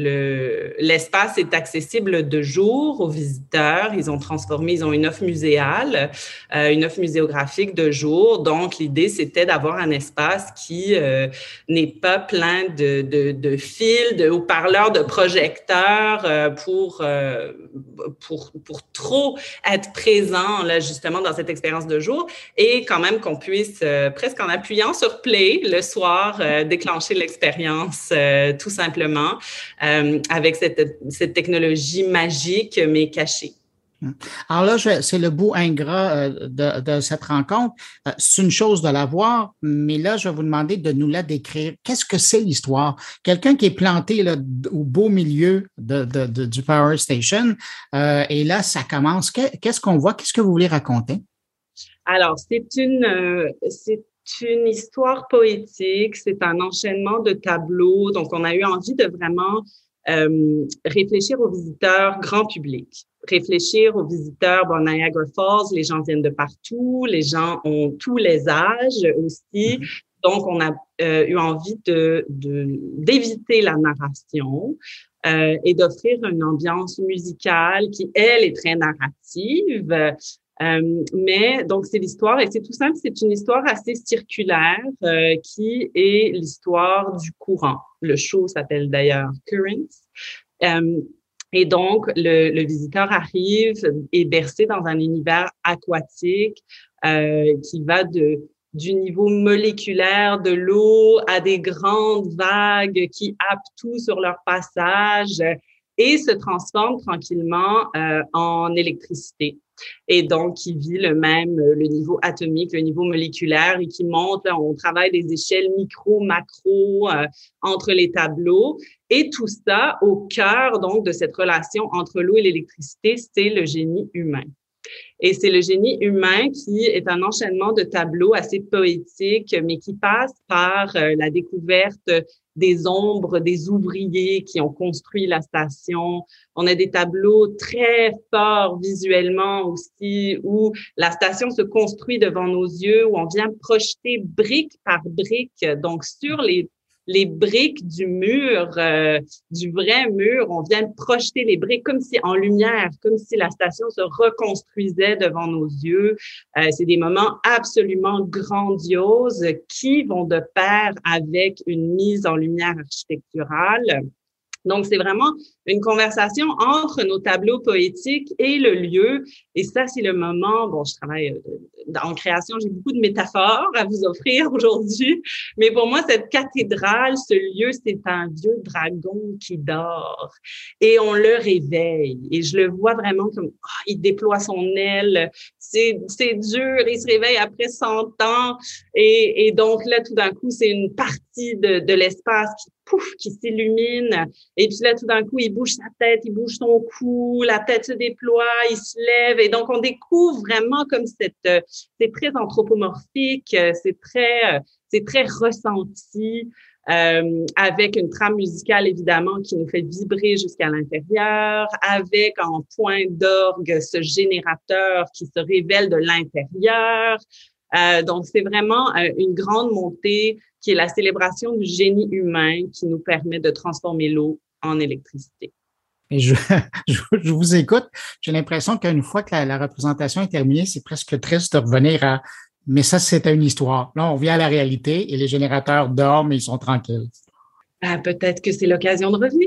Le, l'espace est accessible de jour aux visiteurs. Ils ont transformé, ils ont une offre muséale, euh, une offre muséographique de jour. Donc, l'idée, c'était d'avoir un espace qui euh, n'est pas plein de, de, de fils, de haut-parleurs, de projecteurs euh, pour, euh, pour, pour trop être présent, là, justement, dans cette expérience de jour et quand même qu'on puisse, euh, presque en appuyant sur Play le soir, euh, déclencher l'expérience euh, tout simplement euh, avec cette, cette technologie magique mais cachée. Alors là, je, c'est le bout ingrat euh, de, de cette rencontre. Euh, c'est une chose de la voir, mais là, je vais vous demander de nous la décrire. Qu'est-ce que c'est l'histoire? Quelqu'un qui est planté là, au beau milieu de, de, de, du Power Station, euh, et là, ça commence. Qu'est-ce qu'on voit? Qu'est-ce que vous voulez raconter? Alors, c'est une, euh, c'est une histoire poétique, c'est un enchaînement de tableaux. Donc, on a eu envie de vraiment euh, réfléchir aux visiteurs grand public, réfléchir aux visiteurs, bon, Niagara Falls, les gens viennent de partout, les gens ont tous les âges aussi. Donc, on a euh, eu envie de, de, d'éviter la narration euh, et d'offrir une ambiance musicale qui, elle, est très narrative. Euh, mais donc c'est l'histoire et c'est tout simple, c'est une histoire assez circulaire euh, qui est l'histoire du courant. Le show s'appelle d'ailleurs Currents. Euh, et donc le, le visiteur arrive, est bercé dans un univers aquatique euh, qui va de du niveau moléculaire de l'eau à des grandes vagues qui happent tout sur leur passage et se transforme tranquillement euh, en électricité. Et donc, qui vit le même, le niveau atomique, le niveau moléculaire et qui monte, là, on travaille des échelles micro, macro euh, entre les tableaux. Et tout ça, au cœur, donc, de cette relation entre l'eau et l'électricité, c'est le génie humain. Et c'est le génie humain qui est un enchaînement de tableaux assez poétiques, mais qui passe par euh, la découverte des ombres des ouvriers qui ont construit la station. On a des tableaux très forts visuellement aussi, où la station se construit devant nos yeux, où on vient projeter brique par brique, donc sur les les briques du mur, euh, du vrai mur, on vient projeter les briques comme si en lumière, comme si la station se reconstruisait devant nos yeux. Euh, c'est des moments absolument grandioses qui vont de pair avec une mise en lumière architecturale. Donc, c'est vraiment une conversation entre nos tableaux poétiques et le lieu. Et ça, c'est le moment, bon, je travaille en création, j'ai beaucoup de métaphores à vous offrir aujourd'hui. Mais pour moi, cette cathédrale, ce lieu, c'est un vieux dragon qui dort. Et on le réveille. Et je le vois vraiment comme, oh, il déploie son aile. C'est, c'est dur. Il se réveille après cent ans. Et, et donc là, tout d'un coup, c'est une partie de, de l'espace qui pouf, qui s'illumine. Et puis là, tout d'un coup, il bouge sa tête, il bouge son cou, la tête se déploie, il se lève. Et donc, on découvre vraiment comme cette, euh, c'est très anthropomorphique, c'est très, euh, c'est très ressenti, euh, avec une trame musicale, évidemment, qui nous fait vibrer jusqu'à l'intérieur, avec en point d'orgue ce générateur qui se révèle de l'intérieur. Euh, donc, c'est vraiment euh, une grande montée qui est la célébration du génie humain qui nous permet de transformer l'eau en électricité. Et je, je, je vous écoute, j'ai l'impression qu'une fois que la, la représentation est terminée, c'est presque triste de revenir à « mais ça, c'était une histoire ». Là, on vient à la réalité et les générateurs dorment et ils sont tranquilles. Ben, peut-être que c'est l'occasion de revenir.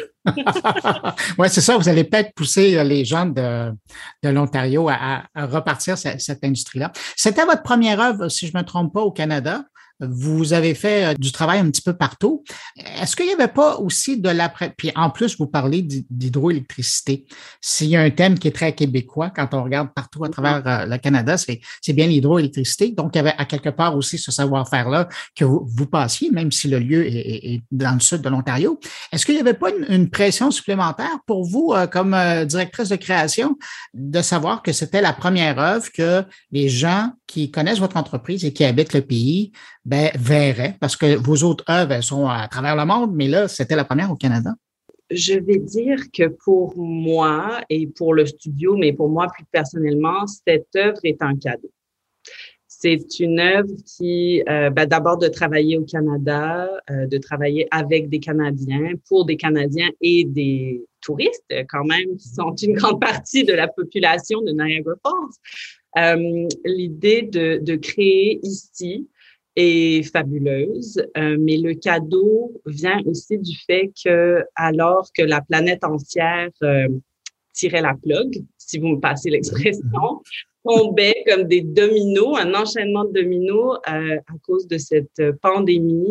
Oui, c'est ça. Vous allez peut-être pousser les gens de, de l'Ontario à, à repartir cette, cette industrie-là. C'était votre première œuvre, si je ne me trompe pas, au Canada. Vous avez fait du travail un petit peu partout. Est-ce qu'il n'y avait pas aussi de l'après... Puis en plus, vous parlez d'hydroélectricité. S'il y a un thème qui est très québécois, quand on regarde partout à travers le Canada, c'est, c'est bien l'hydroélectricité. Donc, il y avait à quelque part aussi ce savoir-faire-là que vous, vous passiez, même si le lieu est, est, est dans le sud de l'Ontario. Est-ce qu'il n'y avait pas une, une pression supplémentaire pour vous, euh, comme euh, directrice de création, de savoir que c'était la première œuvre que les gens qui connaissent votre entreprise et qui habitent le pays ben, verraient, parce que vos autres œuvres, elles sont à travers le monde, mais là, c'était la première au Canada? Je vais dire que pour moi et pour le studio, mais pour moi plus personnellement, cette œuvre est un cadeau. C'est une œuvre qui, euh, ben, d'abord de travailler au Canada, euh, de travailler avec des Canadiens, pour des Canadiens et des touristes quand même, qui sont une grande partie de la population de Niagara Falls. Euh, l'idée de, de créer ici est fabuleuse, euh, mais le cadeau vient aussi du fait que, alors que la planète entière euh, tirait la plug, si vous me passez l'expression, tombait comme des dominos, un enchaînement de dominos euh, à cause de cette pandémie.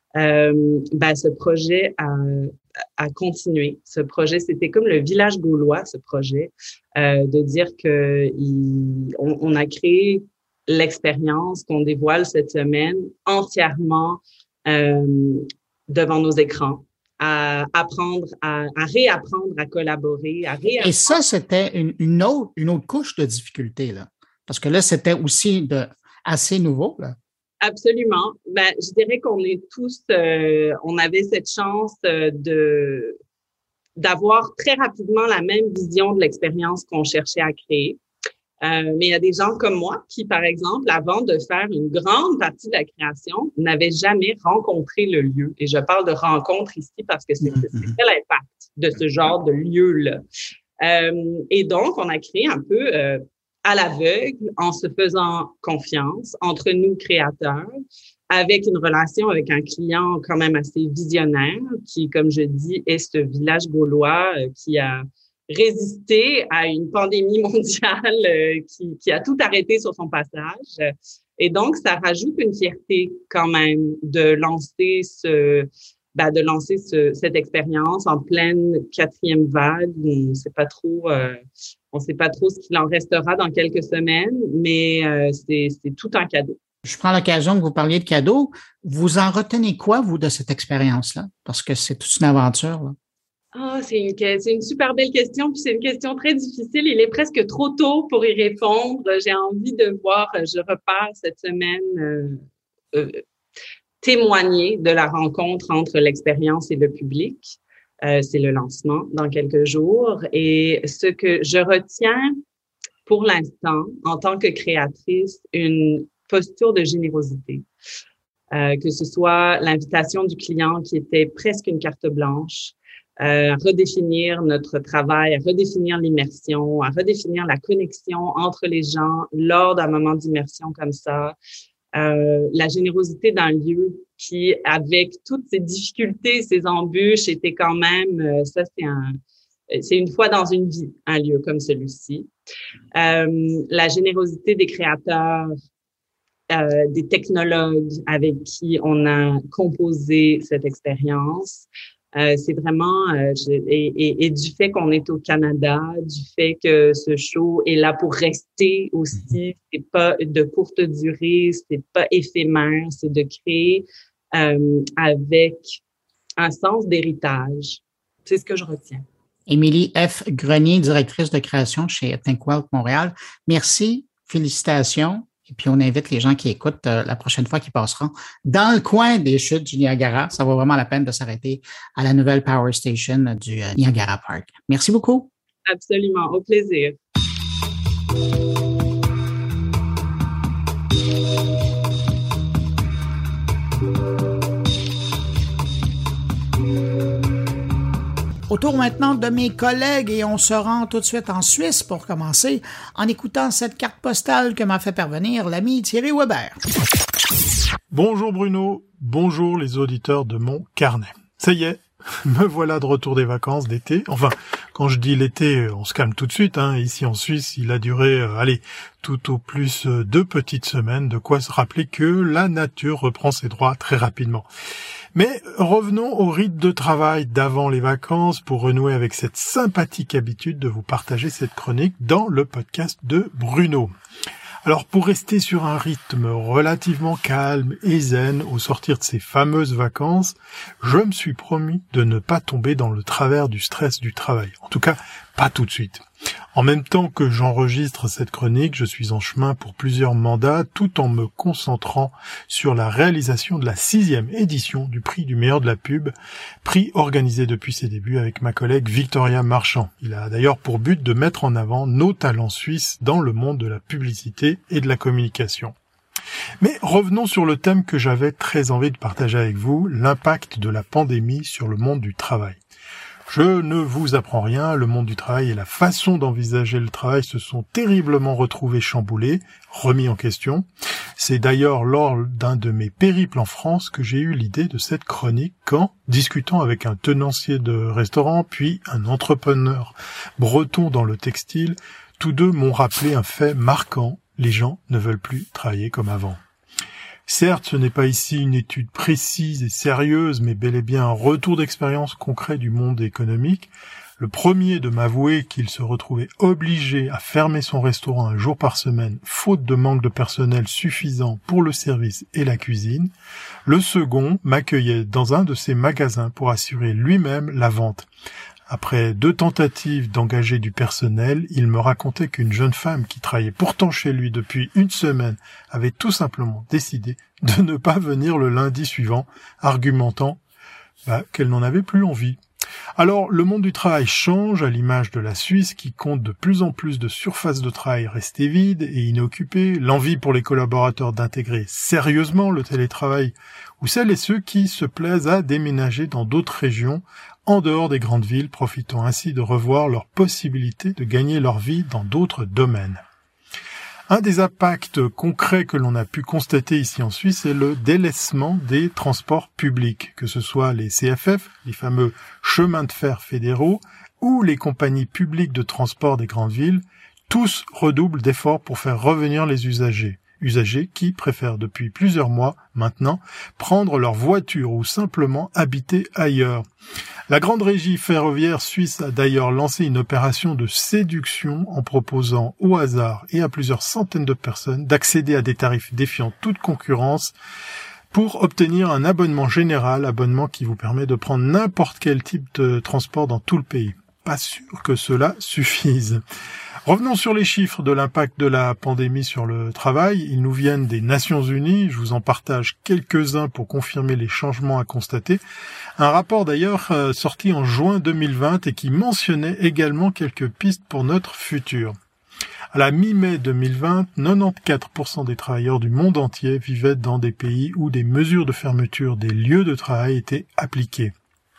Euh, ben, ce projet a, a continué. Ce projet, c'était comme le village gaulois, ce projet, euh, de dire que il, on, on a créé l'expérience qu'on dévoile cette semaine entièrement euh, devant nos écrans, à apprendre, à, à réapprendre à collaborer, à réapprendre. Et ça, c'était une, une autre, une autre couche de difficulté, là. Parce que là, c'était aussi de, assez nouveau, là. Absolument. Ben, je dirais qu'on est tous, euh, on avait cette chance euh, de, d'avoir très rapidement la même vision de l'expérience qu'on cherchait à créer. Euh, mais il y a des gens comme moi qui, par exemple, avant de faire une grande partie de la création, n'avaient jamais rencontré le lieu. Et je parle de rencontre ici parce que c'est, c'est, c'est l'impact de ce genre de lieu-là. Euh, et donc, on a créé un peu euh, à l'aveugle, en se faisant confiance entre nous créateurs, avec une relation avec un client quand même assez visionnaire, qui, comme je dis, est ce village gaulois euh, qui a résister à une pandémie mondiale euh, qui, qui a tout arrêté sur son passage. Et donc, ça rajoute une fierté quand même de lancer ce, ben, de lancer ce, cette expérience en pleine quatrième vague. On ne sait pas trop, euh, on sait pas trop ce qu'il en restera dans quelques semaines, mais euh, c'est, c'est tout un cadeau. Je prends l'occasion que vous parliez de cadeaux. Vous en retenez quoi, vous, de cette expérience-là? Parce que c'est toute une aventure, là. Ah, oh, c'est une, c'est une super belle question, puis c'est une question très difficile. Il est presque trop tôt pour y répondre. J'ai envie de voir, je repars cette semaine, euh, euh, témoigner de la rencontre entre l'expérience et le public. Euh, c'est le lancement dans quelques jours. Et ce que je retiens pour l'instant, en tant que créatrice, une posture de générosité. Euh, que ce soit l'invitation du client qui était presque une carte blanche, Euh, à redéfinir notre travail, à redéfinir l'immersion, à redéfinir la connexion entre les gens lors d'un moment d'immersion comme ça. Euh, la générosité d'un lieu qui, avec toutes ces difficultés, ces embûches, était quand même, euh, ça c'est un, c'est une fois dans une vie, un lieu comme celui-ci. Euh, la générosité des créateurs, euh, des technologues avec qui on a composé cette expérience. Euh, c'est vraiment euh, je, et, et, et du fait qu'on est au Canada, du fait que ce show est là pour rester aussi, c'est pas de courte durée, c'est pas éphémère, c'est de créer euh, avec un sens d'héritage. C'est ce que je retiens. Émilie F. Grenier, directrice de création chez ThinkWell Montréal. Merci, félicitations. Et puis, on invite les gens qui écoutent euh, la prochaine fois qu'ils passeront dans le coin des chutes du Niagara. Ça vaut vraiment la peine de s'arrêter à la nouvelle Power Station du euh, Niagara Park. Merci beaucoup. Absolument. Au plaisir. Au tour maintenant de mes collègues et on se rend tout de suite en Suisse pour commencer en écoutant cette carte postale que m'a fait parvenir l'ami Thierry Weber. Bonjour Bruno, bonjour les auditeurs de mon carnet. Ça y est, me voilà de retour des vacances d'été. Enfin, quand je dis l'été, on se calme tout de suite. Hein. Ici en Suisse, il a duré, euh, allez, tout au plus euh, deux petites semaines, de quoi se rappeler que la nature reprend ses droits très rapidement. Mais revenons au rythme de travail d'avant les vacances pour renouer avec cette sympathique habitude de vous partager cette chronique dans le podcast de Bruno. Alors pour rester sur un rythme relativement calme et zen au sortir de ces fameuses vacances, je me suis promis de ne pas tomber dans le travers du stress du travail. En tout cas, pas tout de suite. En même temps que j'enregistre cette chronique, je suis en chemin pour plusieurs mandats tout en me concentrant sur la réalisation de la sixième édition du prix du meilleur de la pub, prix organisé depuis ses débuts avec ma collègue Victoria Marchand. Il a d'ailleurs pour but de mettre en avant nos talents suisses dans le monde de la publicité et de la communication. Mais revenons sur le thème que j'avais très envie de partager avec vous, l'impact de la pandémie sur le monde du travail. Je ne vous apprends rien, le monde du travail et la façon d'envisager le travail se sont terriblement retrouvés chamboulés, remis en question. C'est d'ailleurs lors d'un de mes périples en France que j'ai eu l'idée de cette chronique quand, discutant avec un tenancier de restaurant puis un entrepreneur breton dans le textile, tous deux m'ont rappelé un fait marquant, les gens ne veulent plus travailler comme avant. Certes, ce n'est pas ici une étude précise et sérieuse, mais bel et bien un retour d'expérience concret du monde économique. Le premier de m'avouer qu'il se retrouvait obligé à fermer son restaurant un jour par semaine, faute de manque de personnel suffisant pour le service et la cuisine. Le second m'accueillait dans un de ses magasins pour assurer lui-même la vente. Après deux tentatives d'engager du personnel, il me racontait qu'une jeune femme qui travaillait pourtant chez lui depuis une semaine avait tout simplement décidé de ne pas venir le lundi suivant, argumentant bah, qu'elle n'en avait plus envie. Alors, le monde du travail change à l'image de la Suisse qui compte de plus en plus de surfaces de travail restées vides et inoccupées, l'envie pour les collaborateurs d'intégrer sérieusement le télétravail ou celles et ceux qui se plaisent à déménager dans d'autres régions en dehors des grandes villes, profitant ainsi de revoir leurs possibilités de gagner leur vie dans d'autres domaines. Un des impacts concrets que l'on a pu constater ici en Suisse est le délaissement des transports publics, que ce soit les C F F, les fameux chemins de fer fédéraux, ou les compagnies publiques de transport des grandes villes, tous redoublent d'efforts pour faire revenir les usagers. Usagers qui préfèrent depuis plusieurs mois maintenant prendre leur voiture ou simplement habiter ailleurs. La grande régie ferroviaire suisse a d'ailleurs lancé une opération de séduction en proposant au hasard et à plusieurs centaines de personnes d'accéder à des tarifs défiant toute concurrence pour obtenir un abonnement général, abonnement qui vous permet de prendre n'importe quel type de transport dans tout le pays. Pas sûr que cela suffise. Revenons sur les chiffres de l'impact de la pandémie sur le travail. Ils nous viennent des Nations Unies. Je vous en partage quelques-uns pour confirmer les changements à constater. Un rapport d'ailleurs euh, sorti en juin deux mille vingt et qui mentionnait également quelques pistes pour notre futur. À la mi-mai deux mille vingt, quatre-vingt-quatorze pour cent des travailleurs du monde entier vivaient dans des pays où des mesures de fermeture des lieux de travail étaient appliquées.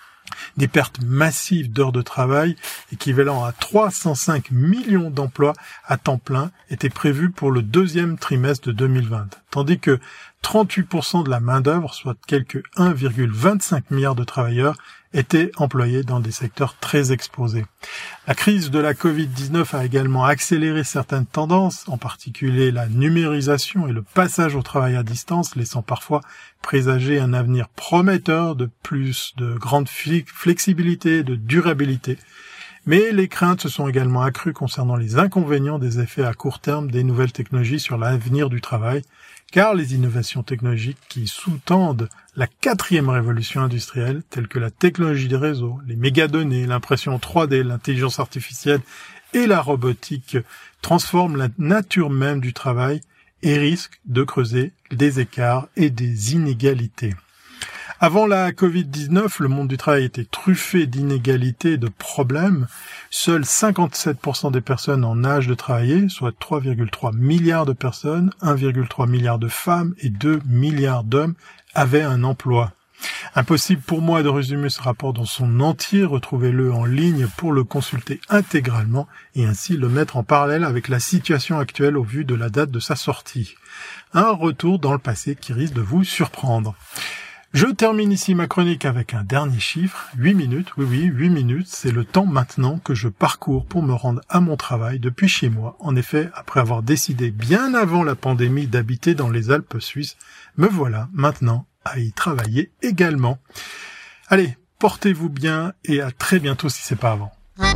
Des pertes massives d'heures de travail, équivalent à trois cent cinq millions d'emplois à temps plein, étaient prévues pour le deuxième trimestre de deux mille vingt, tandis que trente-huit pour cent de la main-d'œuvre, soit quelque un virgule vingt-cinq milliard de travailleurs, étaient employés dans des secteurs très exposés. La crise de la covid dix-neuf a également accéléré certaines tendances, en particulier la numérisation et le passage au travail à distance, laissant parfois présager un avenir prometteur de plus de grande flexibilité et de durabilité. Mais les craintes se sont également accrues concernant les inconvénients des effets à court terme des nouvelles technologies sur l'avenir du travail, car les innovations technologiques qui sous-tendent la quatrième révolution industrielle, telles que la technologie des réseaux, les mégadonnées, l'impression trois D, l'intelligence artificielle et la robotique, transforment la nature même du travail et risquent de creuser des écarts et des inégalités. Avant la covid dix-neuf, le monde du travail était truffé d'inégalités et de problèmes. Seuls cinquante-sept pour cent des personnes en âge de travailler, soit trois virgule trois milliards de personnes, un virgule trois milliard de femmes et deux milliards d'hommes, avaient un emploi. Impossible pour moi de résumer ce rapport dans son entier, retrouvez-le en ligne pour le consulter intégralement et ainsi le mettre en parallèle avec la situation actuelle au vu de la date de sa sortie. Un retour dans le passé qui risque de vous surprendre. Je termine ici ma chronique avec un dernier chiffre, huit minutes, oui oui, huit minutes, c'est le temps maintenant que je parcours pour me rendre à mon travail depuis chez moi. En effet, après avoir décidé bien avant la pandémie d'habiter dans les Alpes suisses, me voilà maintenant à y travailler également. Allez, portez-vous bien et à très bientôt si c'est pas avant.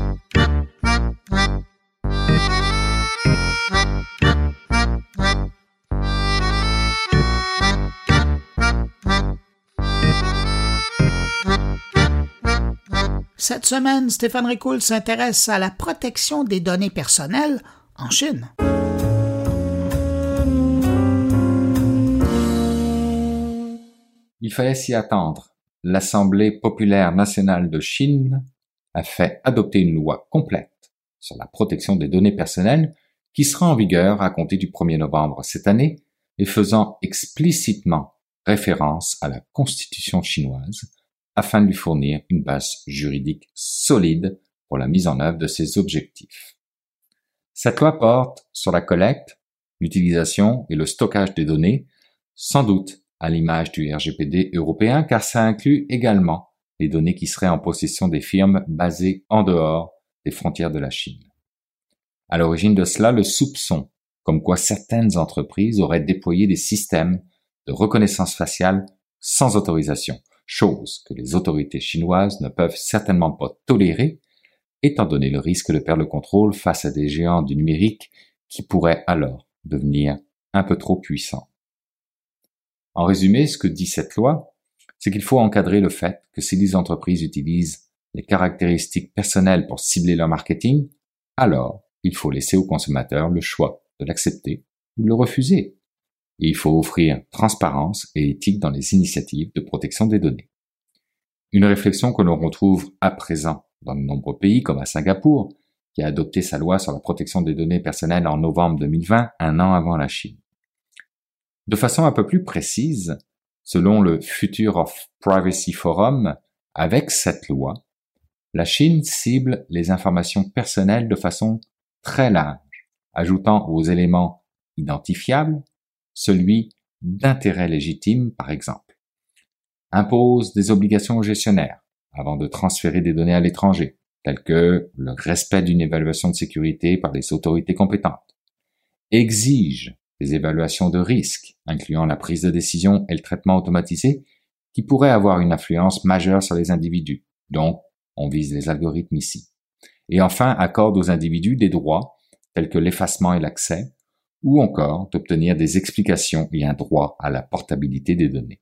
Cette semaine, Stéphane Ricoul s'intéresse à la protection des données personnelles en Chine. Il fallait s'y attendre. L'Assemblée populaire nationale de Chine a fait adopter une loi complète sur la protection des données personnelles qui sera en vigueur à compter du premier novembre cette année, et faisant explicitement référence à la Constitution chinoise afin de lui fournir une base juridique solide pour la mise en œuvre de ses objectifs. Cette loi porte sur la collecte, l'utilisation et le stockage des données, sans doute à l'image du R G P D européen, car ça inclut également les données qui seraient en possession des firmes basées en dehors des frontières de la Chine. À l'origine de cela, le soupçon, comme quoi certaines entreprises auraient déployé des systèmes de reconnaissance faciale sans autorisation, chose que les autorités chinoises ne peuvent certainement pas tolérer, étant donné le risque de perdre le contrôle face à des géants du numérique qui pourraient alors devenir un peu trop puissants. En résumé, ce que dit cette loi, c'est qu'il faut encadrer le fait que si les entreprises utilisent les caractéristiques personnelles pour cibler leur marketing, alors il faut laisser aux consommateurs le choix de l'accepter ou de le refuser. Et il faut offrir transparence et éthique dans les initiatives de protection des données. Une réflexion que l'on retrouve à présent dans de nombreux pays comme à Singapour, qui a adopté sa loi sur la protection des données personnelles en novembre deux mille vingt, un an avant la Chine. De façon un peu plus précise, selon le Future of Privacy Forum, avec cette loi, la Chine cible les informations personnelles de façon très large, ajoutant aux éléments identifiables celui d'intérêt légitime, par exemple. Impose des obligations aux gestionnaires avant de transférer des données à l'étranger, telles que le respect d'une évaluation de sécurité par les autorités compétentes. Exige des évaluations de risque, incluant la prise de décision et le traitement automatisé, qui pourraient avoir une influence majeure sur les individus. Donc, on vise les algorithmes ici. Et enfin, accorde aux individus des droits, tels que l'effacement et l'accès, ou encore d'obtenir des explications et un droit à la portabilité des données.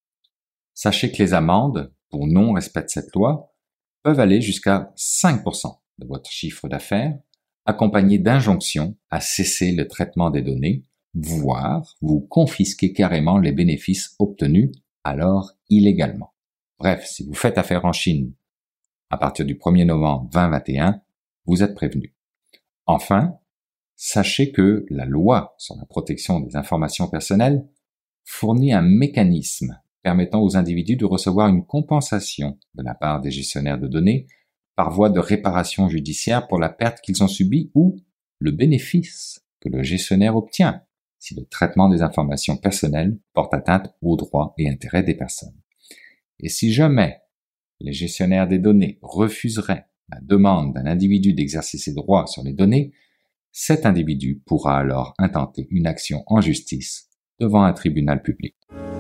Sachez que les amendes, pour non-respect de cette loi, peuvent aller jusqu'à cinq pour cent de votre chiffre d'affaires, accompagnées d'injonctions à cesser le traitement des données, voire vous confisquer carrément les bénéfices obtenus, alors illégalement. Bref, si vous faites affaire en Chine, à partir du premier novembre deux mille vingt et un, vous êtes prévenus. Enfin, sachez que la loi sur la protection des informations personnelles fournit un mécanisme permettant aux individus de recevoir une compensation de la part des gestionnaires de données par voie de réparation judiciaire pour la perte qu'ils ont subie ou le bénéfice que le gestionnaire obtient si le traitement des informations personnelles porte atteinte aux droits et intérêts des personnes. Et si jamais les gestionnaires des données refuseraient la demande d'un individu d'exercer ses droits sur les données, cet individu pourra alors intenter une action en justice devant un tribunal public.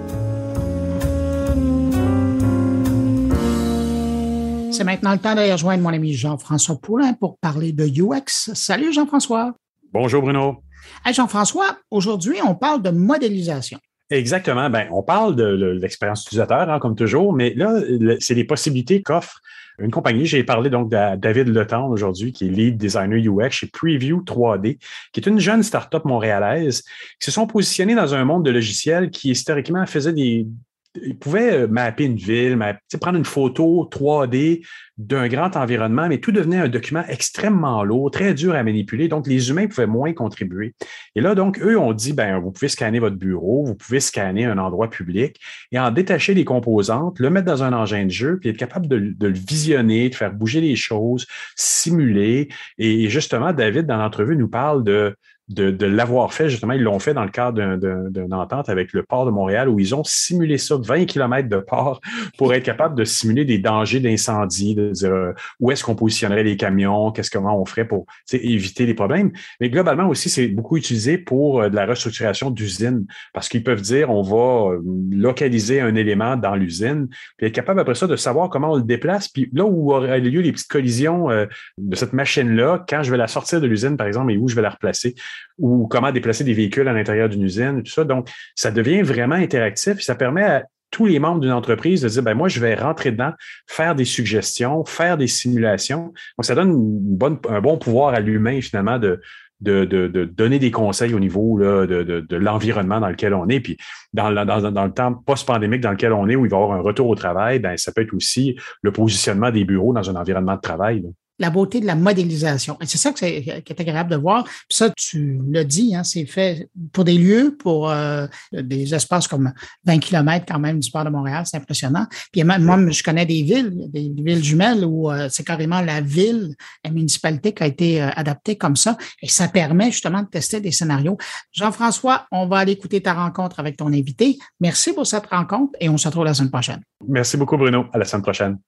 C'est maintenant le temps d'aller rejoindre mon ami Jean-François Poulin pour parler de U X. Salut Jean-François. Bonjour Bruno. Hey Jean-François, aujourd'hui on parle de modélisation. Exactement. Ben, on parle de l'expérience utilisateur, hein, comme toujours, mais là, c'est les possibilités qu'offre une compagnie. J'ai parlé donc de David Letendre aujourd'hui, qui est lead designer U X chez Preview trois D, qui est une jeune start-up montréalaise qui se sont positionnés dans un monde de logiciels qui historiquement faisait des ils pouvaient mapper une ville, mapper, prendre une photo trois D d'un grand environnement, mais tout devenait un document extrêmement lourd, très dur à manipuler. Donc, les humains pouvaient moins contribuer. Et là, donc, eux ont dit, ben, vous pouvez scanner votre bureau, vous pouvez scanner un endroit public et en détacher les composantes, le mettre dans un engin de jeu, puis être capable de, de le visionner, de faire bouger les choses, simuler. Et justement, David, dans l'entrevue, nous parle de De, de l'avoir fait, justement, ils l'ont fait dans le cadre d'une entente avec le port de Montréal où ils ont simulé ça, vingt kilomètres de port, pour être capable de simuler des dangers d'incendie, de dire euh, où est-ce qu'on positionnerait les camions, qu'est-ce comment on ferait pour éviter les problèmes. Mais globalement aussi, c'est beaucoup utilisé pour euh, de la restructuration d'usines parce qu'ils peuvent dire on va euh, localiser un élément dans l'usine, puis être capable après ça de savoir comment on le déplace, puis là où auraient lieu les petites collisions euh, de cette machine-là, quand je vais la sortir de l'usine, par exemple, et où je vais la replacer, ou comment déplacer des véhicules à l'intérieur d'une usine, tout ça. Donc, ça devient vraiment interactif et ça permet à tous les membres d'une entreprise de dire, ben moi, je vais rentrer dedans, faire des suggestions, faire des simulations. Donc, ça donne une bonne, un bon pouvoir à l'humain, finalement, de, de, de, de donner des conseils au niveau là, de, de, de l'environnement dans lequel on est. Puis, dans, dans, dans le temps post-pandémique dans lequel on est, où il va y avoir un retour au travail, ben ça peut être aussi le positionnement des bureaux dans un environnement de travail, là. la beauté de la modélisation. Et c'est ça que c'est, qui est agréable de voir. Puis ça, tu l'as dit, hein, c'est fait pour des lieux, pour euh, des espaces comme vingt kilomètres quand même du port de Montréal. C'est impressionnant. Puis même, moi, je connais des villes, des, des villes jumelles où euh, c'est carrément la ville, la municipalité qui a été euh, adaptée comme ça. Et ça permet justement de tester des scénarios. Jean-François, on va aller écouter ta rencontre avec ton invité. Merci pour cette rencontre et on se retrouve la semaine prochaine. Merci beaucoup, Bruno. À la semaine prochaine.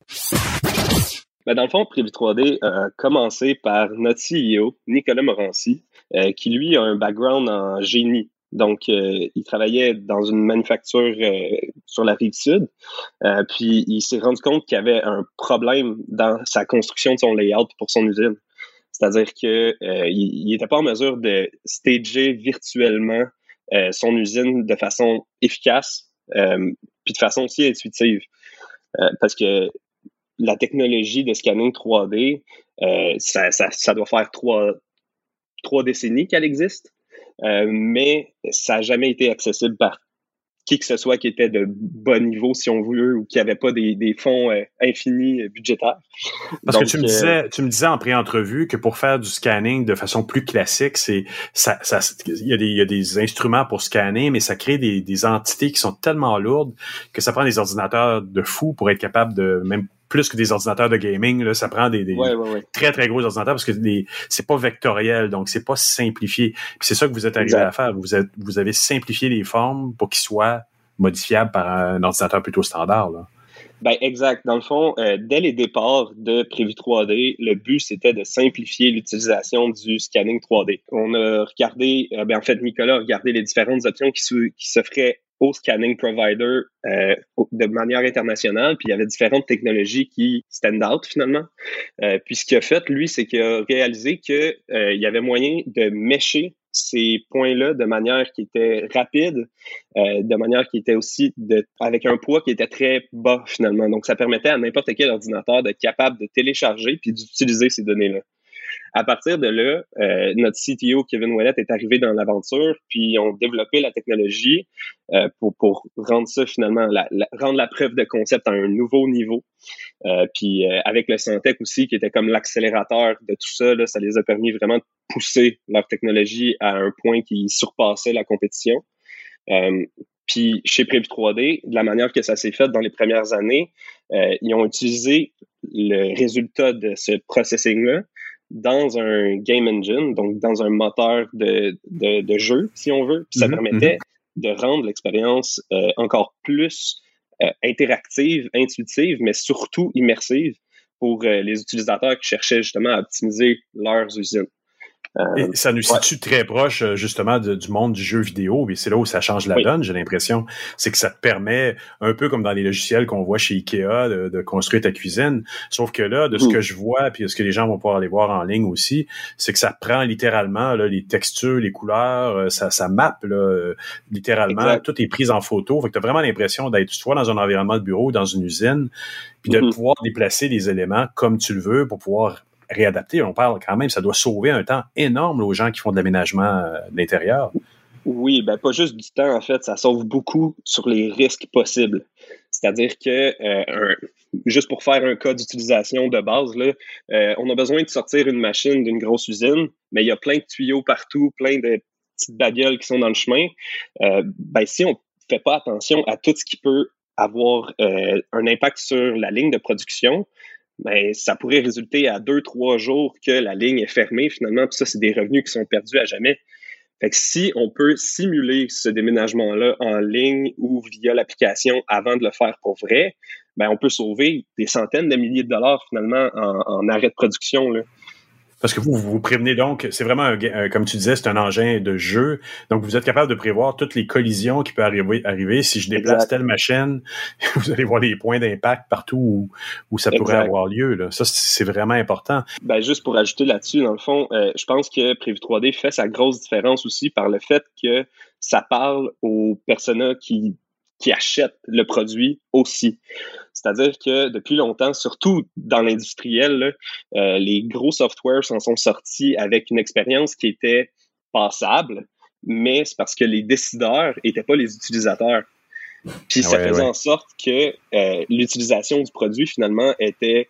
Ben dans le fond, Prévu trois D a commencé par notre C E O, Nicolas Morancy, euh, qui lui a un background en génie. Donc, euh, il travaillait dans une manufacture euh, sur la rive sud. Euh, puis, il s'est rendu compte qu'il y avait un problème dans sa construction de son layout pour son usine. C'est-à-dire que euh, il n'était pas en mesure de stager virtuellement euh, son usine de façon efficace, euh, puis de façon aussi intuitive. Euh, parce que la technologie de scanning trois D, euh, ça, ça, ça doit faire trois, trois décennies qu'elle existe, euh, mais ça n'a jamais été accessible par qui que ce soit qui était de bon niveau, si on veut, ou qui n'avait pas des, des fonds euh, infinis euh, budgétaires. Parce Donc, que tu me disais, tu me disais en pré-entrevue que pour faire du scanning de façon plus classique, c'est ça, ça, il y a des, il y a des instruments pour scanner, mais ça crée des, des entités qui sont tellement lourdes que ça prend des ordinateurs de fou pour être capable de même plus que des ordinateurs de gaming, là, ça prend des, des ouais, ouais, ouais. très, très gros ordinateurs parce que les, c'est pas vectoriel, donc c'est pas simplifié. Puis c'est ça que vous êtes arrivé exact. à faire. Vous, êtes, vous avez simplifié les formes pour qu'ils soient modifiables par un ordinateur plutôt standard, là. Ben exact. Dans le fond, euh, dès les départs de Prévu trois D, le but, c'était de simplifier l'utilisation du scanning trois D. On a regardé, euh, ben en fait, Nicolas a regardé les différentes options qui, qui s'offraient au scanning provider euh, de manière internationale, puis il y avait différentes technologies qui stand out finalement. Euh, puis ce qu'il a fait, lui, c'est qu'il a réalisé qu'il euh, y avait moyen de mesher ces points-là de manière qui était rapide, euh, de manière qui était aussi de, avec un poids qui était très bas finalement. Donc ça permettait à n'importe quel ordinateur d'être capable de télécharger puis d'utiliser ces données-là. À partir de là, euh, notre C T O, Kevin Ouellet, est arrivé dans l'aventure, puis ils ont développé la technologie euh, pour, pour rendre ça finalement, la, la, rendre la preuve de concept à un nouveau niveau. Euh, puis euh, avec le Syntec aussi, qui était comme l'accélérateur de tout ça, là, ça les a permis vraiment de pousser leur technologie à un point qui surpassait la compétition. Euh, puis chez Prévu trois D, de la manière que ça s'est fait dans les premières années, euh, ils ont utilisé le résultat de ce processing-là dans un game engine, donc dans un moteur de, de, de jeu, si on veut. Puis ça mm-hmm. permettait mm-hmm. de rendre l'expérience euh, encore plus euh, interactive, intuitive, mais surtout immersive pour euh, les utilisateurs qui cherchaient justement à optimiser leurs usines. Euh, et ça nous situe ouais. très proche, justement, de, du monde du jeu vidéo, et c'est là où ça change la oui. donne, j'ai l'impression. C'est que ça te permet, un peu comme dans les logiciels qu'on voit chez Ikea, de, de construire ta cuisine. Sauf que là, de ce mmh. que je vois, puis de ce que les gens vont pouvoir aller voir en ligne aussi, c'est que ça prend littéralement là, les textures, les couleurs, ça, ça mappe là, littéralement, exact. Tout est pris en photo. Fait que tu as vraiment l'impression d'être soit dans un environnement de bureau, dans une usine, puis de mmh. pouvoir déplacer les éléments comme tu le veux pour pouvoir réadapter. On parle quand même, ça doit sauver un temps énorme aux gens qui font de l'aménagement euh, de l'intérieur. Oui, ben pas juste du temps, en fait, ça sauve beaucoup sur les risques possibles. C'est-à-dire que, euh, un, juste pour faire un cas d'utilisation de base, là, euh, on a besoin de sortir une machine d'une grosse usine, mais il y a plein de tuyaux partout, plein de petites bagnoles qui sont dans le chemin. Euh, ben si on ne fait pas attention à tout ce qui peut avoir euh, un impact sur la ligne de production, ben, ça pourrait résulter à deux, trois jours que la ligne est fermée finalement, puis ça, c'est des revenus qui sont perdus à jamais. Fait que si on peut simuler ce déménagement-là en ligne ou via l'application avant de le faire pour vrai, ben, on peut sauver des centaines de milliers de dollars finalement en, en arrêt de production, là. Parce que vous vous prévenez donc, c'est vraiment, un, un, comme tu disais, c'est un engin de jeu. Donc, vous êtes capable de prévoir toutes les collisions qui peuvent arriver. arriver. Si je déplace exact. Telle machine, vous allez voir les points d'impact partout où, où ça exact. Pourrait avoir lieu, là. Ça, c'est vraiment important. Ben, juste pour ajouter là-dessus, dans le fond, euh, je pense que Prévu trois D fait sa grosse différence aussi par le fait que ça parle aux personas qui qui achètent le produit aussi. C'est-à-dire que depuis longtemps, surtout dans l'industriel, là, euh, les gros softwares s'en sont sortis avec une expérience qui était passable, mais c'est parce que les décideurs n'étaient pas les utilisateurs. Puis ça ouais, faisait ouais. en sorte que euh, l'utilisation du produit, finalement, était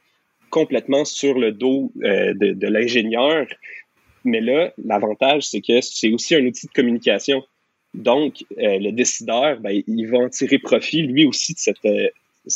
complètement sur le dos euh, de, de l'ingénieur. Mais là, l'avantage, c'est que c'est aussi un outil de communication. Donc, euh, le décideur, ben, il va en tirer profit, lui aussi, de, cette, euh,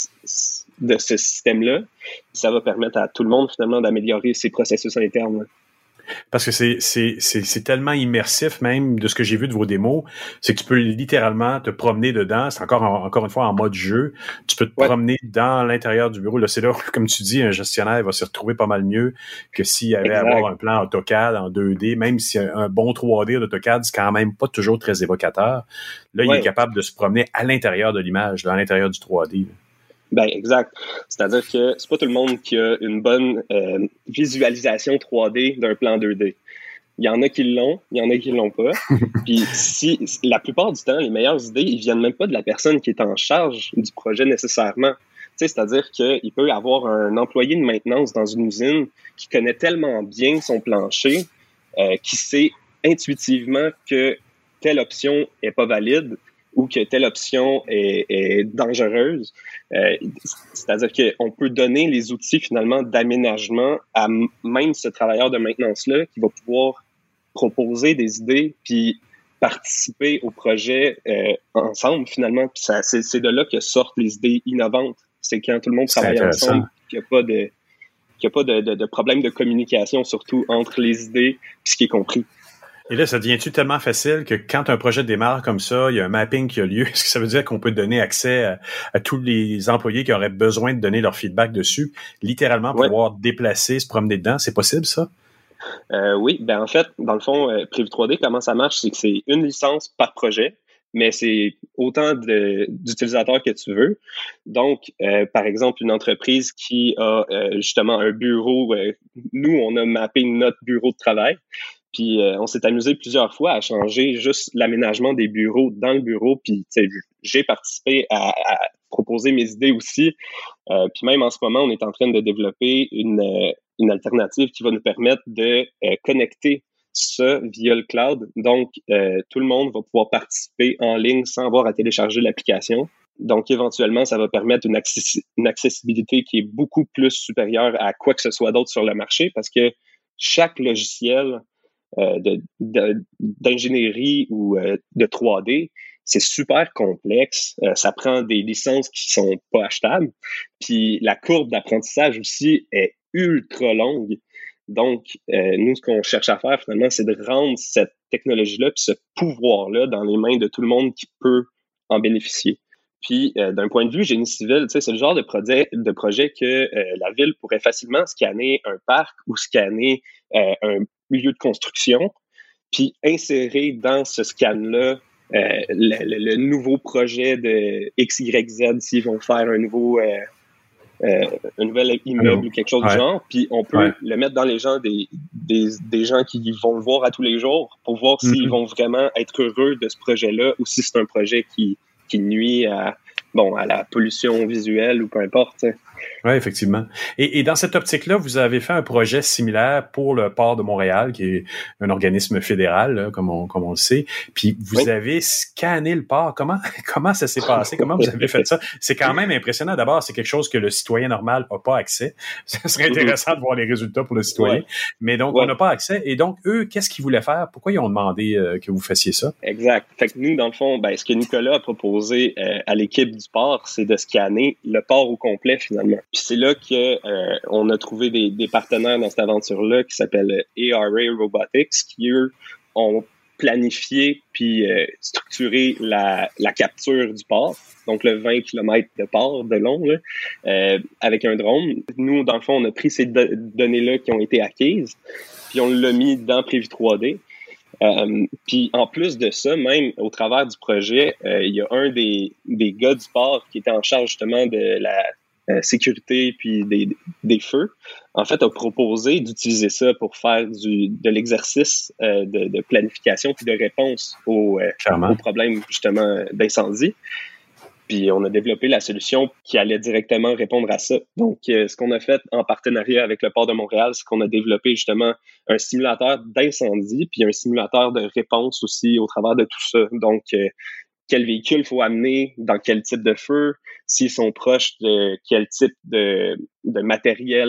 de ce système-là. Ça va permettre à tout le monde, finalement, d'améliorer ses processus internes. Là. Parce que c'est, c'est, c'est, c'est tellement immersif, même de ce que j'ai vu de vos démos, c'est que tu peux littéralement te promener dedans. C'est encore, en, encore une fois en mode jeu. Tu peux te ouais. promener dans l'intérieur du bureau. Là, c'est là, comme tu dis, un gestionnaire va s'y retrouver pas mal mieux que s'il y avait exact. À avoir un plan AutoCAD en deux D, même si un, un bon trois D d'AutoCAD, c'est quand même pas toujours très évocateur. Là, ouais. il est capable de se promener à l'intérieur de l'image, à l'intérieur du trois D. Là. Ben exact. C'est-à-dire que c'est pas tout le monde qui a une bonne euh, visualisation trois D d'un plan deux D. Il y en a qui l'ont, il y en a qui l'ont pas. Puis si la plupart du temps, les meilleures idées, ils viennent même pas de la personne qui est en charge du projet nécessairement. Tu sais, c'est-à-dire qu'il peut avoir un employé de maintenance dans une usine qui connaît tellement bien son plancher, euh, qui sait intuitivement que telle option est pas valide ou que telle option est, est dangereuse. Euh, c'est-à-dire qu'on peut donner les outils finalement d'aménagement à m- même ce travailleur de maintenance-là qui va pouvoir proposer des idées puis participer au projet euh, ensemble finalement. Puis ça, c'est, c'est de là que sortent les idées innovantes. C'est quand tout le monde travaille ensemble, qu'il n'y a pas de, qu'il y a pas de, de, de problème de communication surtout entre les idées et ce qui est compris. Et là, ça devient-tu tellement facile que quand un projet démarre comme ça, il y a un mapping qui a lieu? Est-ce que ça veut dire qu'on peut donner accès à, à tous les employés qui auraient besoin de donner leur feedback dessus, littéralement pour pouvoir ouais. déplacer, se promener dedans? C'est possible, ça? Euh, oui, ben en fait, dans le fond, euh, Prévu trois D, comment ça marche? C'est que c'est une licence par projet, mais c'est autant de, d'utilisateurs que tu veux. Donc, euh, par exemple, une entreprise qui a euh, justement un bureau, euh, nous, on a mappé notre bureau de travail. Puis euh, on s'est amusé plusieurs fois à changer juste l'aménagement des bureaux dans le bureau. Puis j'ai participé à, à proposer mes idées aussi. Euh, puis même en ce moment, on est en train de développer une, une alternative qui va nous permettre de euh, connecter ça via le cloud. Donc, euh, tout le monde va pouvoir participer en ligne sans avoir à télécharger l'application. Donc, éventuellement, ça va permettre une, accessi- une accessibilité qui est beaucoup plus supérieure à quoi que ce soit d'autre sur le marché parce que chaque logiciel Euh, de, de, d'ingénierie ou euh, de trois D, c'est super complexe. Euh, ça prend des licences qui sont pas achetables. Puis la courbe d'apprentissage aussi est ultra longue. Donc, euh, nous, ce qu'on cherche à faire finalement, c'est de rendre cette technologie-là puis ce pouvoir-là dans les mains de tout le monde qui peut en bénéficier. Puis, euh, d'un point de vue génie civil, tu sais, c'est le genre de projet, de projet que euh, la ville pourrait facilement scanner un parc ou scanner euh, un milieu de construction, puis insérer dans ce scan-là euh, le, le, le nouveau projet de X Y Z s'ils vont faire un nouveau euh, euh, un nouvel immeuble ou quelque chose ouais. du genre, puis on peut ouais. le mettre dans les gens des, des, des gens qui vont le voir à tous les jours pour voir mm-hmm. s'ils vont vraiment être heureux de ce projet-là ou si c'est un projet qui, qui nuit à bon à la pollution visuelle ou peu importe. T'sais. Oui, effectivement. Et, et dans cette optique-là, vous avez fait un projet similaire pour le port de Montréal, qui est un organisme fédéral, là, comme, on, comme on le sait. Puis vous oui. avez scanné le port. Comment, comment ça s'est passé? Comment vous avez fait ça? C'est quand même impressionnant. D'abord, c'est quelque chose que le citoyen normal n'a pas accès. Ça serait intéressant de voir les résultats pour le citoyen. Ouais. Mais donc, ouais. on n'a pas accès. Et donc, eux, qu'est-ce qu'ils voulaient faire? Pourquoi ils ont demandé euh, que vous fassiez ça? Exact. Fait que nous, dans le fond, ben, ce que Nicolas a proposé euh, à l'équipe du port, c'est de scanner le port au complet, finalement. Puis c'est là que euh, on a trouvé des, des partenaires dans cette aventure-là qui s'appellent A R A Robotics, qui eux ont planifié puis euh, structuré la, la capture du port, donc le vingt kilomètres de port de long, là, euh, avec un drone. Nous, dans le fond, on a pris ces do- données-là qui ont été acquises, puis on l'a mis dans Prévu trois D. Euh, puis en plus de ça, même au travers du projet, euh, il y a un des, des gars du port qui était en charge justement de la Euh, sécurité puis des, des feux, en fait, a proposé d'utiliser ça pour faire du, de l'exercice euh, de, de planification puis de réponse aux, euh, aux problèmes, justement, d'incendie. Puis on a développé la solution qui allait directement répondre à ça. Donc, euh, ce qu'on a fait en partenariat avec le Port de Montréal, c'est qu'on a développé justement un simulateur d'incendie puis un simulateur de réponse aussi au travers de tout ça. Donc, euh, quel véhicule il faut amener, dans quel type de feu, s'ils sont proches de quel type de, de matériel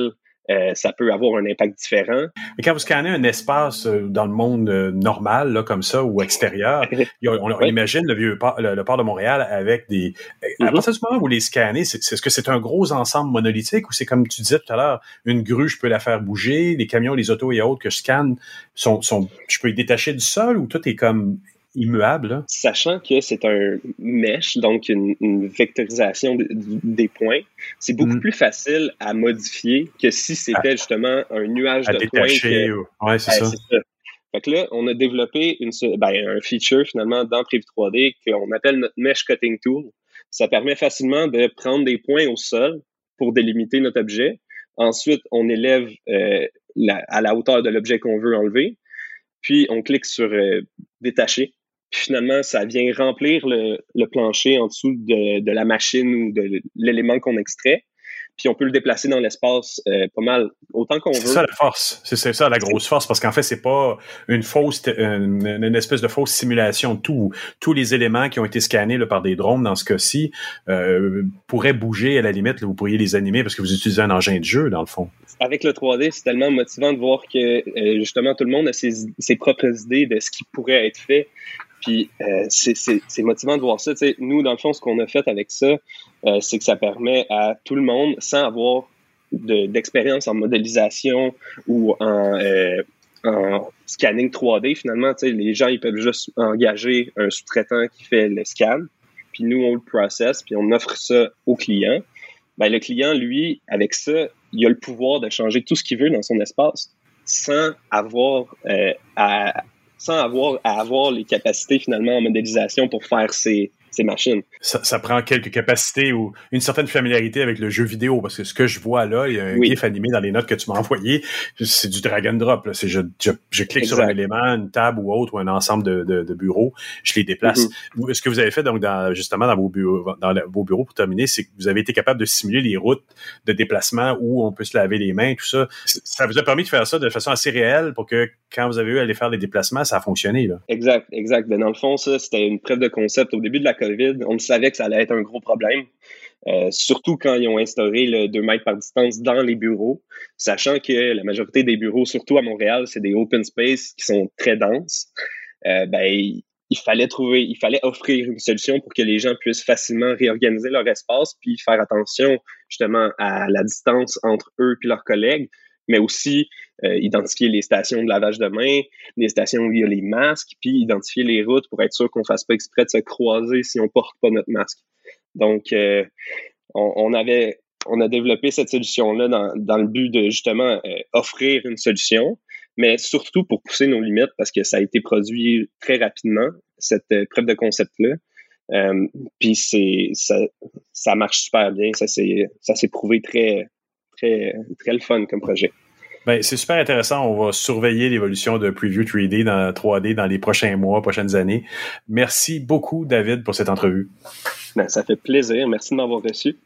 euh, ça peut avoir un impact différent. Mais quand vous scannez un espace dans le monde normal, là, comme ça, ou extérieur, on, on, on oui. imagine le vieux port, le, le port de Montréal avec des... Mm-hmm. À partir du moment où vous les scannez, c'est, c'est, est-ce que c'est un gros ensemble monolithique ou c'est comme tu disais tout à l'heure, une grue, je peux la faire bouger, les camions, les autos et autres que je scanne, sont, sont, je peux les détacher du sol ou tout est comme... immuable, là? Sachant que c'est un mesh, donc une, une vectorisation de, de, des points, c'est beaucoup mmh. plus facile à modifier que si c'était à, justement un nuage de détacher, points. Que, ouais, c'est euh, ça. C'est ça. Fait que là, on a développé une, ben, un feature finalement dans Preview trois D qu'on appelle notre Mesh Cutting Tool. Ça permet facilement de prendre des points au sol pour délimiter notre objet. Ensuite, on élève euh, la, à la hauteur de l'objet qu'on veut enlever. Puis, on clique sur euh, détacher. Puis finalement, ça vient remplir le, le plancher en dessous de, de la machine ou de l'élément qu'on extrait. Puis on peut le déplacer dans l'espace euh, pas mal, autant qu'on c'est veut. C'est ça la force, c'est, c'est ça la grosse force, parce qu'en fait, c'est pas une fausse, une, une espèce de fausse simulation de tout. Tous les éléments qui ont été scannés là, par des drones, dans ce cas-ci, euh, pourraient bouger à la limite, là, vous pourriez les animer parce que vous utilisez un engin de jeu, dans le fond. Avec le trois D, c'est tellement motivant de voir que euh, justement tout le monde a ses, ses propres idées de ce qui pourrait être fait. Puis euh, c'est, c'est, c'est motivant de voir ça. T'sais, nous, dans le fond, ce qu'on a fait avec ça, euh, c'est que ça permet à tout le monde, sans avoir de, d'expérience en modélisation ou en, euh, en scanning trois D, finalement, les gens, ils peuvent juste engager un sous-traitant qui fait le scan. Puis nous, on le processe, puis on offre ça au client. Ben, le client, lui, avec ça, il a le pouvoir de changer tout ce qu'il veut dans son espace sans avoir euh, à... sans avoir à avoir les capacités finalement en modélisation pour faire ces, ces machines. Ça, ça prend quelques capacités ou une certaine familiarité avec le jeu vidéo, parce que ce que je vois là, il y a un oui. gif animé dans les notes que tu m'as envoyé, c'est du drag and drop. Là. C'est je, je, je clique exact. Sur un élément, une table ou autre, ou un ensemble de, de, de bureaux, je les déplace. Mm-hmm. Ce que vous avez fait donc dans, justement dans vos bureaux, dans vos bureaux pour terminer, c'est que vous avez été capable de simuler les routes de déplacement où on peut se laver les mains, tout ça. Ça vous a permis de faire ça de façon assez réelle pour que quand vous avez eu à aller faire les déplacements, ça a fonctionné. Là. Exact, exact. Ben, dans le fond, ça, c'était une preuve de concept. Au début de la COVID, on savait que ça allait être un gros problème, euh, surtout quand ils ont instauré le deux mètres par distance dans les bureaux, sachant que la majorité des bureaux, surtout à Montréal, c'est des open space qui sont très denses. Euh, ben, il, il fallait trouver, il fallait offrir une solution pour que les gens puissent facilement réorganiser leur espace puis faire attention justement à la distance entre eux puis leurs collègues, mais aussi euh, identifier les stations de lavage de mains, les stations où il y a les masques, puis identifier les routes pour être sûr qu'on ne fasse pas exprès de se croiser si on ne porte pas notre masque. Donc, euh, on, on avait, on a développé cette solution-là dans, dans le but de justement euh, offrir une solution, mais surtout pour pousser nos limites parce que ça a été produit très rapidement, cette euh, preuve de concept-là. Euh, puis c'est, ça, ça marche super bien, ça s'est, ça s'est prouvé très... Très, très le fun comme projet. Ben, c'est super intéressant. On va surveiller l'évolution de Preview trois D dans trois D dans les prochains mois, prochaines années. Merci beaucoup, David, pour cette entrevue. Ben, ça fait plaisir. Merci de m'avoir reçu.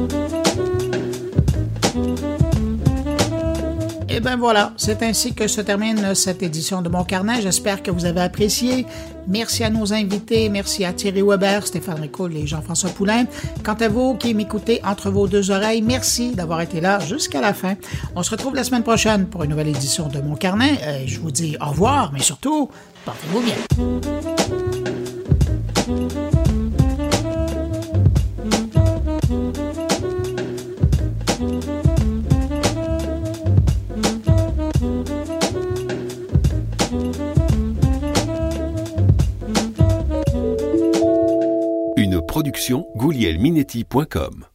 Et bien voilà, c'est ainsi que se termine cette édition de Mon Carnet. J'espère que vous avez apprécié. Merci à nos invités, merci à Thierry Weber, Stéphane Ricoul et Jean-François Poulain. Quant à vous qui m'écoutez entre vos deux oreilles, merci d'avoir été là jusqu'à la fin. On se retrouve la semaine prochaine pour une nouvelle édition de Mon Carnet. Euh, je vous dis au revoir, mais surtout, portez-vous bien. Production Gouliel Minetti point com